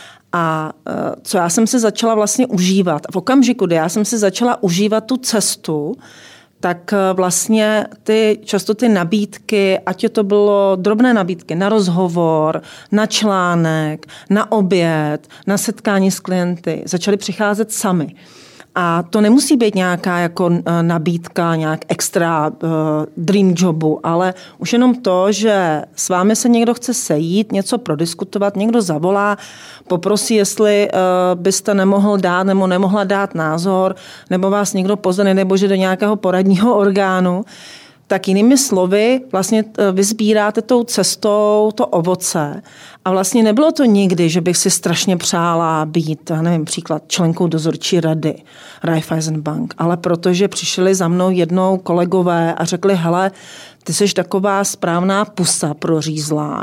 Speaker 2: A co já jsem si začala vlastně užívat, v okamžiku, kdy já jsem si začala užívat tu cestu, tak vlastně často ty nabídky, ať je to bylo drobné nabídky na rozhovor, na článek, na oběd, na setkání s klienty, začaly přicházet sami. A to nemusí být nějaká jako nabídka, nějak extra dream jobu, ale už jenom to, že s vámi se někdo chce sejít, něco prodiskutovat, někdo zavolá, poprosí, jestli byste nemohl dát nebo nemohla dát názor, nebo vás někdo pozve, nebo že do nějakého poradního orgánu, tak jinými slovy vlastně vy sbíráte tou cestou to ovoce a vlastně nebylo to nikdy, že bych si strašně přála být, nevím, příklad členkou dozorčí rady Raiffeisenbank, ale protože přišli za mnou jednou kolegové a řekli, hele, ty jsi taková správná pusa prořízlá.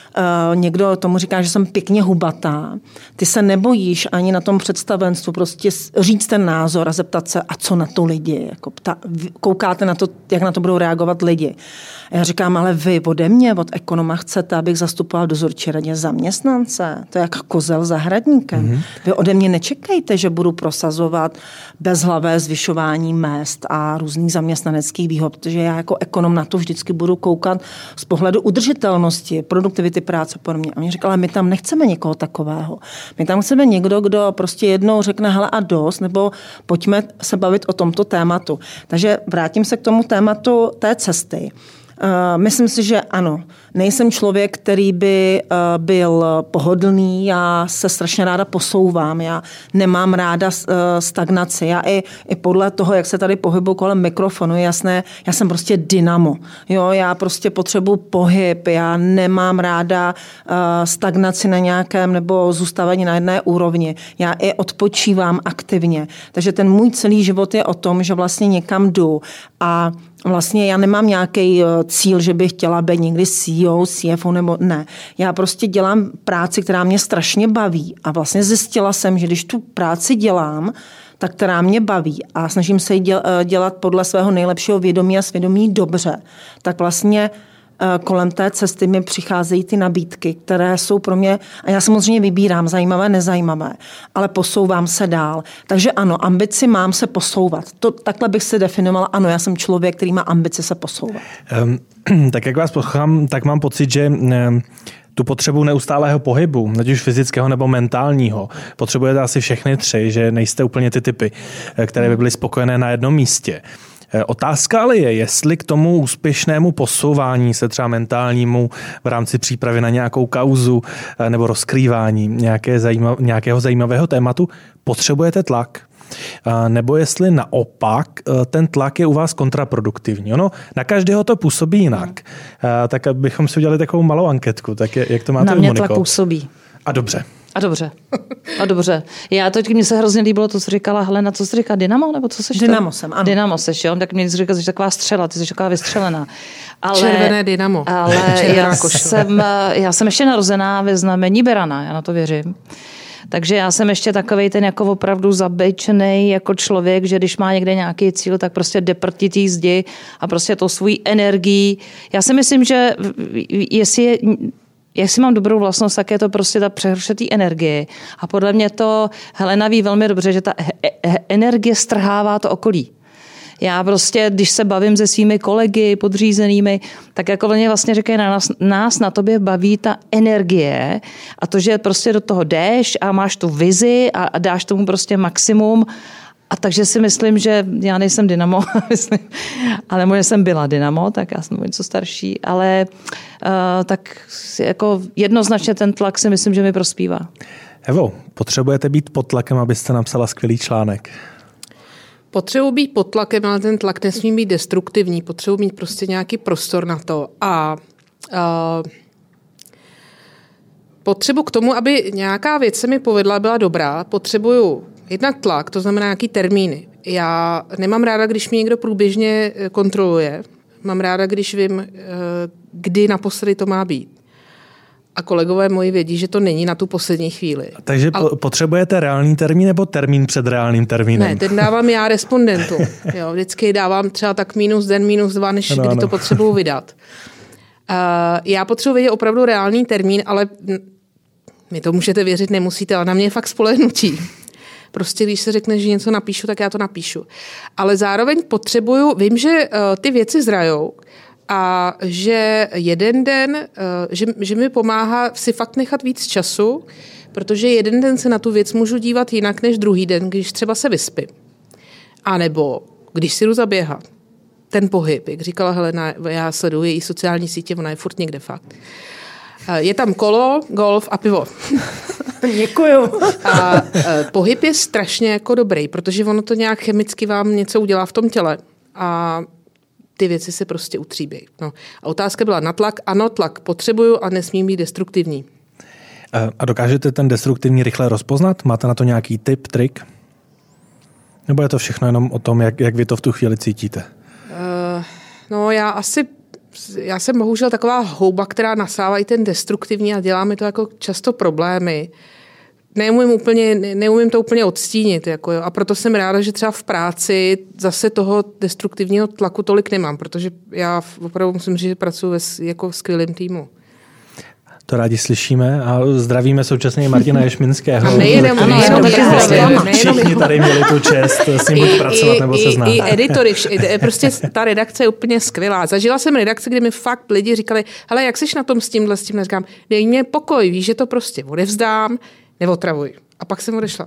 Speaker 2: Někdo tomu říká, že jsem pěkně hubatá. Ty se nebojíš ani na tom představenstvu prostě říct ten názor a zeptat se, a co na to lidi. Jako koukáte na to, jak na to budou reagovat lidi. A já říkám, ale vy ode mě, od ekonoma chcete, abych zastupoval v dozorčí radě zaměstnance. To je jak kozel zahradníkem. Mm-hmm. Vy ode mě nečekejte, že budu prosazovat bezhlavé zvyšování mezd a různých zaměstnaneckých výhod, protože já jako ekonom na to vždycky budu koukat z pohledu udržitelnosti, produktivity práce podobně. A mě říkala, my tam nechceme někoho takového. My tam chceme někdo, kdo prostě jednou řekne, hele a dost, nebo pojďme se bavit o tomto tématu. Takže vrátím se k tomu tématu té cesty. Myslím si, že ano. Nejsem člověk, který by byl pohodlný, já se strašně ráda posouvám, já nemám ráda stagnaci. Já i podle toho, jak se tady pohybuji kolem mikrofonu, je jasné, já jsem prostě dynamo. Jo, já prostě potřebuji pohyb, já nemám ráda stagnaci na nějakém nebo zůstávání na jedné úrovni. Já i odpočívám aktivně. Takže ten můj celý život je o tom, že vlastně někam jdu a vlastně já nemám nějaký cíl, že bych chtěla být někdy CEO, CFO nebo ne. Já prostě dělám práci, která mě strašně baví a vlastně zjistila jsem, že když tu práci dělám, tak která mě baví a snažím se ji dělat podle svého nejlepšího vědomí a svědomí dobře, tak vlastně kolem té cesty mi přicházejí ty nabídky, které jsou pro mě, a já samozřejmě vybírám zajímavé, nezajímavé, ale posouvám se dál. Takže ano, ambici mám se posouvat. Takhle bych si definovala, ano, já jsem člověk, který má ambici se posouvat.
Speaker 1: Tak jak vás poslouchám, tak mám pocit, že tu potřebu neustálého pohybu, ať už fyzického nebo mentálního, potřebujete asi všechny tři, že nejste úplně ty typy, které by byly spokojené na jednom místě. Otázka ale je, jestli k tomu úspěšnému posouvání se třeba mentálnímu v rámci přípravy na nějakou kauzu nebo rozkrývání nějakého zajímavého tématu potřebujete tlak. Nebo jestli naopak ten tlak je u vás kontraproduktivní. Ono na každého to působí jinak. Tak bychom si udělali takovou malou anketku. Tak jak to máte,
Speaker 3: na mě
Speaker 1: Moniko?
Speaker 3: tlak působí.
Speaker 1: A dobře.
Speaker 3: A dobře. Mně se hrozně líbilo to, co říkala Helena, co jsi říká, Dynamo? Nebo co seš
Speaker 2: Dynamo
Speaker 3: to?
Speaker 2: jsem, ano.
Speaker 3: Dynamo seš, jo? Tak mě říká, že jsi taková střela, ty jsi taková vystřelená.
Speaker 4: Červené Dynamo.
Speaker 3: Ale já jsem ještě narozená ve znamení Berana, já na to věřím. Takže já jsem ještě takovej ten jako opravdu zabejčenej jako člověk, že když má někde nějaký cíl, tak prostě jde proti té zdi a prostě to svůj energii. Já si myslím, že jestli mám dobrou vlastnost, tak je to prostě ta přehrše té energie. A podle mě to Helena ví velmi dobře, že ta energie strhává to okolí. Já prostě, když se bavím se svými kolegy, podřízenými, tak jako oni vlastně říkají, nás na tobě baví ta energie a to, že prostě do toho jdeš a máš tu vizi a dáš tomu prostě maximum. A takže si myslím, že já nejsem Dynamo, ale možná jsem byla Dynamo, tak já jsem něco starší, ale tak jako jednoznačně ten tlak si myslím, že mi prospívá.
Speaker 1: Evo, potřebujete být pod tlakem, abyste napsala skvělý článek?
Speaker 4: Potřebuji být pod tlakem, ale ten tlak nesmí být destruktivní. Potřebuji mít prostě nějaký prostor na to. A potřebuji k tomu, aby nějaká věc se mi povedla, byla dobrá, potřebuju jednak tlak, to znamená nějaký termíny. Já nemám ráda, když mě někdo průběžně kontroluje. Mám ráda, když vím, kdy naposledy to má být. A kolegové moji vědí, že to není na tu poslední chvíli.
Speaker 1: Takže potřebujete reálný termín nebo termín před reálným termínem?
Speaker 4: Ne, ten dávám já respondentu. Jo, vždycky dávám třeba tak minus den, minus 2, než kdy to potřebuji vydat. Já potřebuji vědět opravdu reálný termín, ale mi to můžete věřit, nemusíte, ale na mě je fakt spolehnutí. Prostě když se řekne, že něco napíšu, tak já to napíšu. Ale zároveň vím, že ty věci zrajou, a že jeden den, že mi pomáhá si fakt nechat víc času, protože jeden den se na tu věc můžu dívat jinak než druhý den, když třeba se vyspím. A nebo když si jdu zaběhat. Ten pohyb, jak říkala Helena, já sleduji její sociální sítě, ona je furt někde fakt. Je tam kolo, golf a pivo.
Speaker 2: Děkuju.
Speaker 4: A pohyb je strašně jako dobrý, protože ono to nějak chemicky vám něco udělá v tom těle. A ty věci se prostě utříbí. No. A otázka byla na tlak. Ano, tlak potřebuju a nesmí být destruktivní.
Speaker 1: A dokážete ten destruktivní rychle rozpoznat? Máte na to nějaký tip, trik? Nebo je to všechno jenom o tom, jak vy to v tu chvíli cítíte?
Speaker 4: No já jsem bohužel taková houba, která nasává i ten destruktivní a dělá mi to jako často problémy. Neumím to úplně odstínit. Jako jo. A proto jsem ráda, že třeba v práci zase toho destruktivního tlaku tolik nemám, protože já opravdu musím říct, že pracuji jako v skvělém týmu.
Speaker 1: To rádi slyšíme a zdravíme současně Martina Ješminského.
Speaker 4: A nejenom
Speaker 1: všichni tady měli tu čest s ním buď pracovat nebo se znát.
Speaker 4: I editory, prostě ta redakce je úplně skvělá. Zažila jsem redakce, kdy mi fakt lidi říkali, hele, jak seš na tom s tímhle, říkám, dej mě pokoj, víš, že to prostě odevzdám, neotravuj. A pak jsem odešla.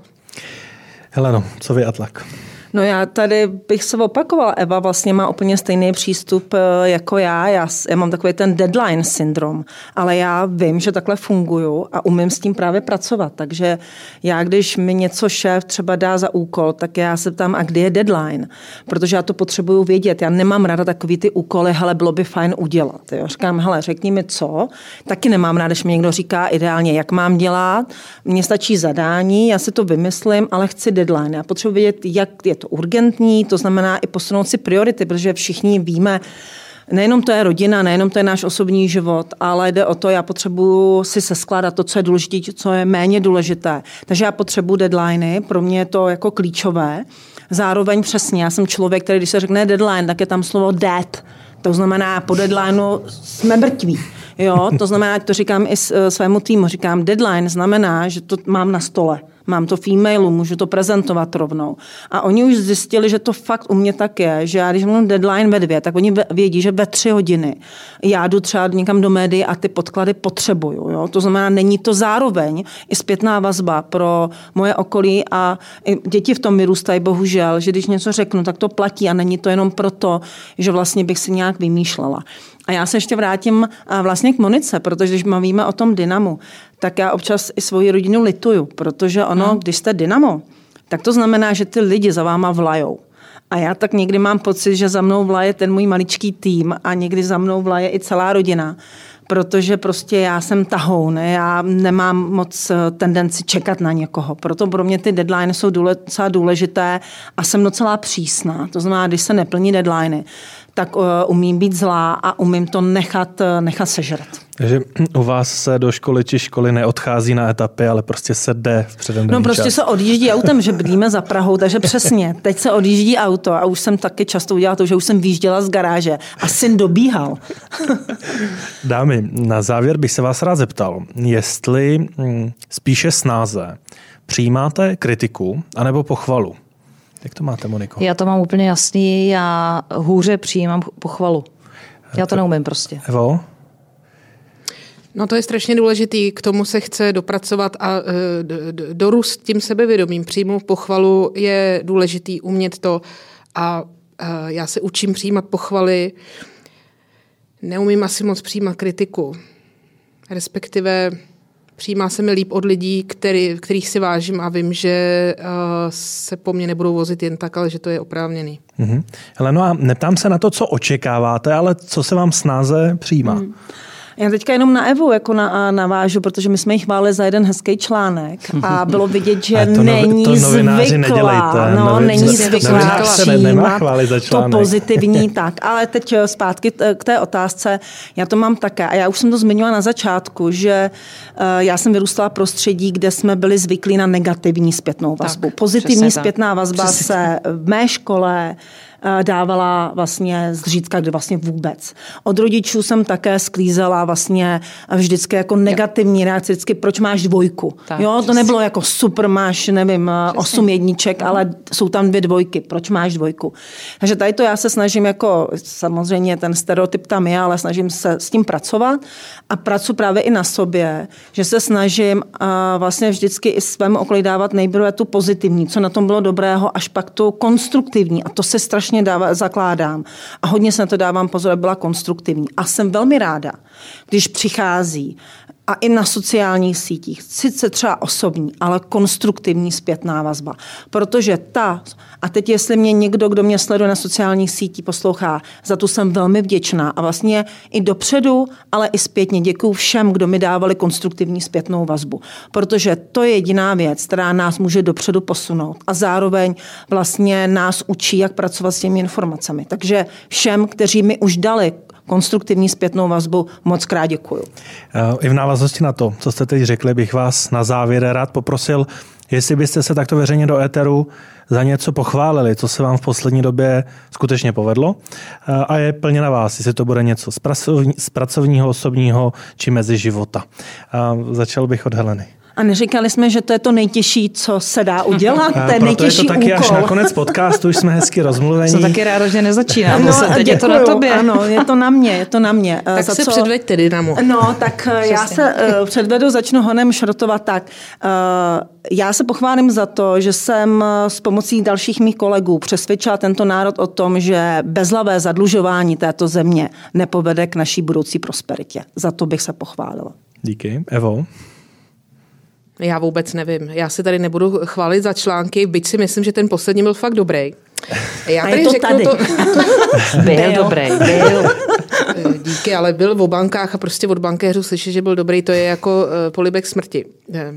Speaker 1: Heleno, co vy a tlak?
Speaker 2: No já tady bych se opakovala. Eva vlastně má úplně stejný přístup jako já. Já mám takový ten deadline syndrom, ale já vím, že takhle funguju a umím s tím právě pracovat. Takže já, když mi něco šéf třeba dá za úkol, tak já se ptám, a kdy je deadline? Protože já to potřebuju vědět. Já nemám ráda takový ty úkoly, hele, bylo by fajn udělat. Jo? Říkám, hele, řekni mi co. Taky nemám ráda, když mi někdo říká ideálně, jak mám dělat. Mně stačí zadání, já si to vymyslím, ale chci deadline. Já potřebuji vědět, jak je to urgentní, to znamená i posunout si priority, protože všichni víme, nejenom to je rodina, nejenom to je náš osobní život, ale jde o to, já potřebuji si seskládat to, co je důležité, co je méně důležité. Takže já potřebuji deadliny, pro mě je to jako klíčové. Zároveň přesně, já jsem člověk, který když se řekne deadline, tak je tam slovo dead. To znamená, po deadlineu jsme mrtví. Jo, to znamená, to říkám i svému týmu, říkám, deadline znamená, že to mám na stole. Mám to v e-mailu, můžu to prezentovat rovnou. A oni už zjistili, že to fakt u mě tak je, že já když mám deadline ve 2, tak oni vědí, že ve 3 hodiny já jdu třeba někam do médií a ty podklady potřebuju. Jo? To znamená, není to zároveň i zpětná vazba pro moje okolí a děti v tom vyrůstají bohužel, že když něco řeknu, tak to platí a není to jenom proto, že vlastně bych si nějak vymýšlela. A já se ještě vrátím vlastně k Monice, protože když mluvíme o tom dynamu, tak já občas i svoji rodinu lituju, protože ono, když jste dynamo, tak to znamená, že ty lidi za váma vlajou. A já tak někdy mám pocit, že za mnou vlaje ten můj maličký tým a někdy za mnou vlaje i celá rodina, protože prostě já jsem tahoun, já nemám moc tendenci čekat na někoho. Proto pro mě ty deadliny jsou docela důležité a jsem docela přísná. To znamená, když se neplní deadliny, tak umím být zlá a umím to nechat sežrat.
Speaker 1: Takže u vás se do školy či školy neodchází na etapy, ale prostě se jde v předem daný
Speaker 2: No prostě
Speaker 1: čas.
Speaker 2: se odjíždí autem, že bydlíme za Prahou, takže přesně. Teď se odjíždí auto a už jsem taky často udělala to, že už jsem výjížděla z garáže a syn dobíhal.
Speaker 1: Dámy, na závěr bych se vás rád zeptal, jestli spíše snáze přijímáte kritiku anebo pochvalu. Jak to máte, Moniko?
Speaker 3: Já to mám úplně jasný, já hůře přijímám pochvalu. Já to neumím prostě.
Speaker 1: Evo?
Speaker 4: No to je strašně důležitý, k tomu se chce dopracovat a dorůst tím sebevědomím. Přijmout pochvalu je důležitý, umět to a já se učím přijímat pochvaly. Neumím asi moc přijímat kritiku. Respektive přijímá se mi líp od lidí, kterých si vážím a vím, že se po mně nebudou vozit jen tak, ale že to je oprávněný.
Speaker 1: Heleno, a neptám se na to, co očekáváte, ale co se vám snáze přijímá?
Speaker 2: Já teďka jenom na Evu jako navážu, protože my jsme ji chválili za jeden hezký článek a bylo vidět, že není zvyklá. Není zvyklá přijímat to pozitivní tak. Ale teď zpátky k té otázce. Já to mám také. A já už jsem to zmiňovala na začátku, že já jsem vyrůstala v prostředí, kde jsme byli zvyklí na negativní zpětnou vazbu. Pozitivní zpětná vazba se v mé škole dávala vlastně zřídka, kdy vlastně vůbec. Od rodičů jsem také sklízela vlastně vždycky jako negativní reakce, vždycky proč máš 2. Tak, jo, to nebylo jako super, máš, nevím, 8 jedniček, ale jsou tam 2 dvojky, proč máš 2. Takže tady to já se snažím jako, samozřejmě ten stereotyp tam je, ale snažím se s tím pracovat a pracuji právě i na sobě, že se snažím vlastně vždycky i svému okolí dávat nejprve tu pozitivní, co na tom bylo dobrého, až pak tu konstruktivní a to se strašně zakládám a hodně se na to dávám pozor, aby byla konstruktivní. A jsem velmi ráda, když přichází a i na sociálních sítích, sice třeba osobní, ale konstruktivní zpětná vazba. Protože a teď jestli mě někdo, kdo mě sleduje na sociálních sítích, poslouchá, za tu jsem velmi vděčná a vlastně i dopředu, ale i zpětně děkuju všem, kdo mi dávali konstruktivní zpětnou vazbu. Protože to je jediná věc, která nás může dopředu posunout a zároveň vlastně nás učí, jak pracovat s těmi informacemi. Takže všem, kteří mi už dali konstruktivní zpětnou vazbu, moc krát děkuju.
Speaker 1: I v návaznosti na to, co jste teď řekli, bych vás na závěr rád poprosil, jestli byste se takto veřejně do éteru za něco pochválili, co se vám v poslední době skutečně povedlo a je plně na vás, jestli to bude něco z pracovního, osobního či mezi života. Začal bych od Heleny.
Speaker 2: A neříkali jsme, že to je to nejtěžší, co se dá udělat? To je nejtěžší
Speaker 1: úkol. Proto je to taky
Speaker 2: úkol.
Speaker 1: Až na konec podcastu, už jsme hezky rozmluvení.
Speaker 3: Jsem taky ráda, že nezačínám. Teď je to na tobě.
Speaker 2: Ano, je to na mě.
Speaker 4: Tak se předveď tedy, Dynamo.
Speaker 2: No, tak já se předvedu, začnu honem šrotovat tak. Já se pochválím za to, že jsem s pomocí dalších mých kolegů přesvědčila tento národ o tom, že bezhlavé zadlužování této země nepovede k naší budoucí prosperitě. Za to bych se pochválila.
Speaker 1: Díky. Evo?
Speaker 4: Já vůbec nevím. Já se tady nebudu chválit za články, byť si myslím, že ten poslední byl fakt dobrý. Já
Speaker 2: a je to tady.
Speaker 3: Byl dobrý.
Speaker 4: Díky, ale byl o bankách a prostě od bankéřů slyšet, že byl dobrý, to je jako polibek smrti.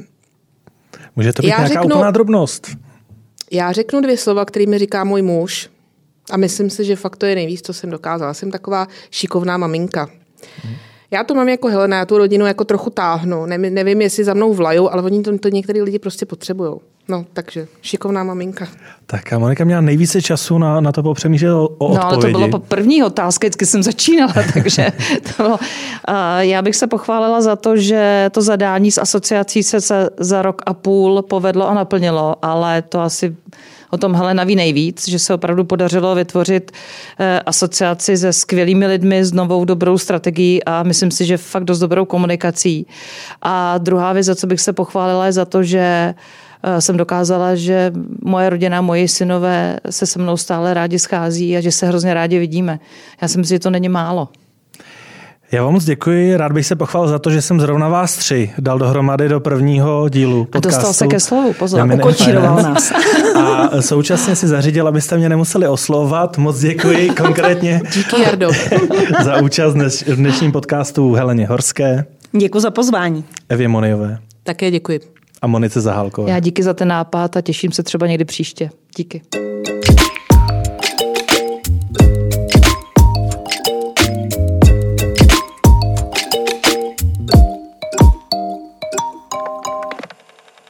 Speaker 1: Může to být nějaká úplná drobnost.
Speaker 4: Já řeknu 2 slova, který mi říká můj muž a myslím si, že fakt to je nejvíc, co jsem dokázala. Jsem taková šikovná maminka. Já to mám jako Helena, já tu rodinu jako trochu táhnu. Nevím, jestli za mnou vlajou, ale oni to některý lidi prostě potřebujou. No, takže šikovná maminka.
Speaker 1: Tak a Monika měla nejvíce času na to popřemýšlet o odpovědi.
Speaker 3: No, ale to bylo po první otázce, vždycky jsem začínala, takže to bylo. Já bych se pochválila za to, že to zadání s asociací se za 1,5 roku povedlo a naplnilo, ale to asi o tom Helena ví nejvíc, že se opravdu podařilo vytvořit asociaci se skvělými lidmi, s novou dobrou strategií a myslím si, že fakt dost dobrou komunikací. A druhá věc, za co bych se pochválila, je za to, že jsem dokázala, že moje rodina, moji synové se se mnou stále rádi schází a že se hrozně rádi vidíme. Já si myslím, že to není málo.
Speaker 1: Já vám moc děkuji, rád bych se pochválil za to, že jsem zrovna vás 3 dal dohromady do prvního dílu podcastu.
Speaker 3: A dostal se ke slovu, pozor.
Speaker 2: Ukočíroval nás.
Speaker 1: A současně si zařídil, abyste mě nemuseli oslovovat. Moc děkuji konkrétně.
Speaker 4: Díky, Jardo.
Speaker 1: Za účast v dnešním podcastu Heleně Horské.
Speaker 2: Děkuji za pozvání.
Speaker 1: Evě Moniové.
Speaker 4: Také děkuji.
Speaker 1: A Monice Zahálkové.
Speaker 3: Já díky za ten nápad a těším se třeba někdy příště. Díky.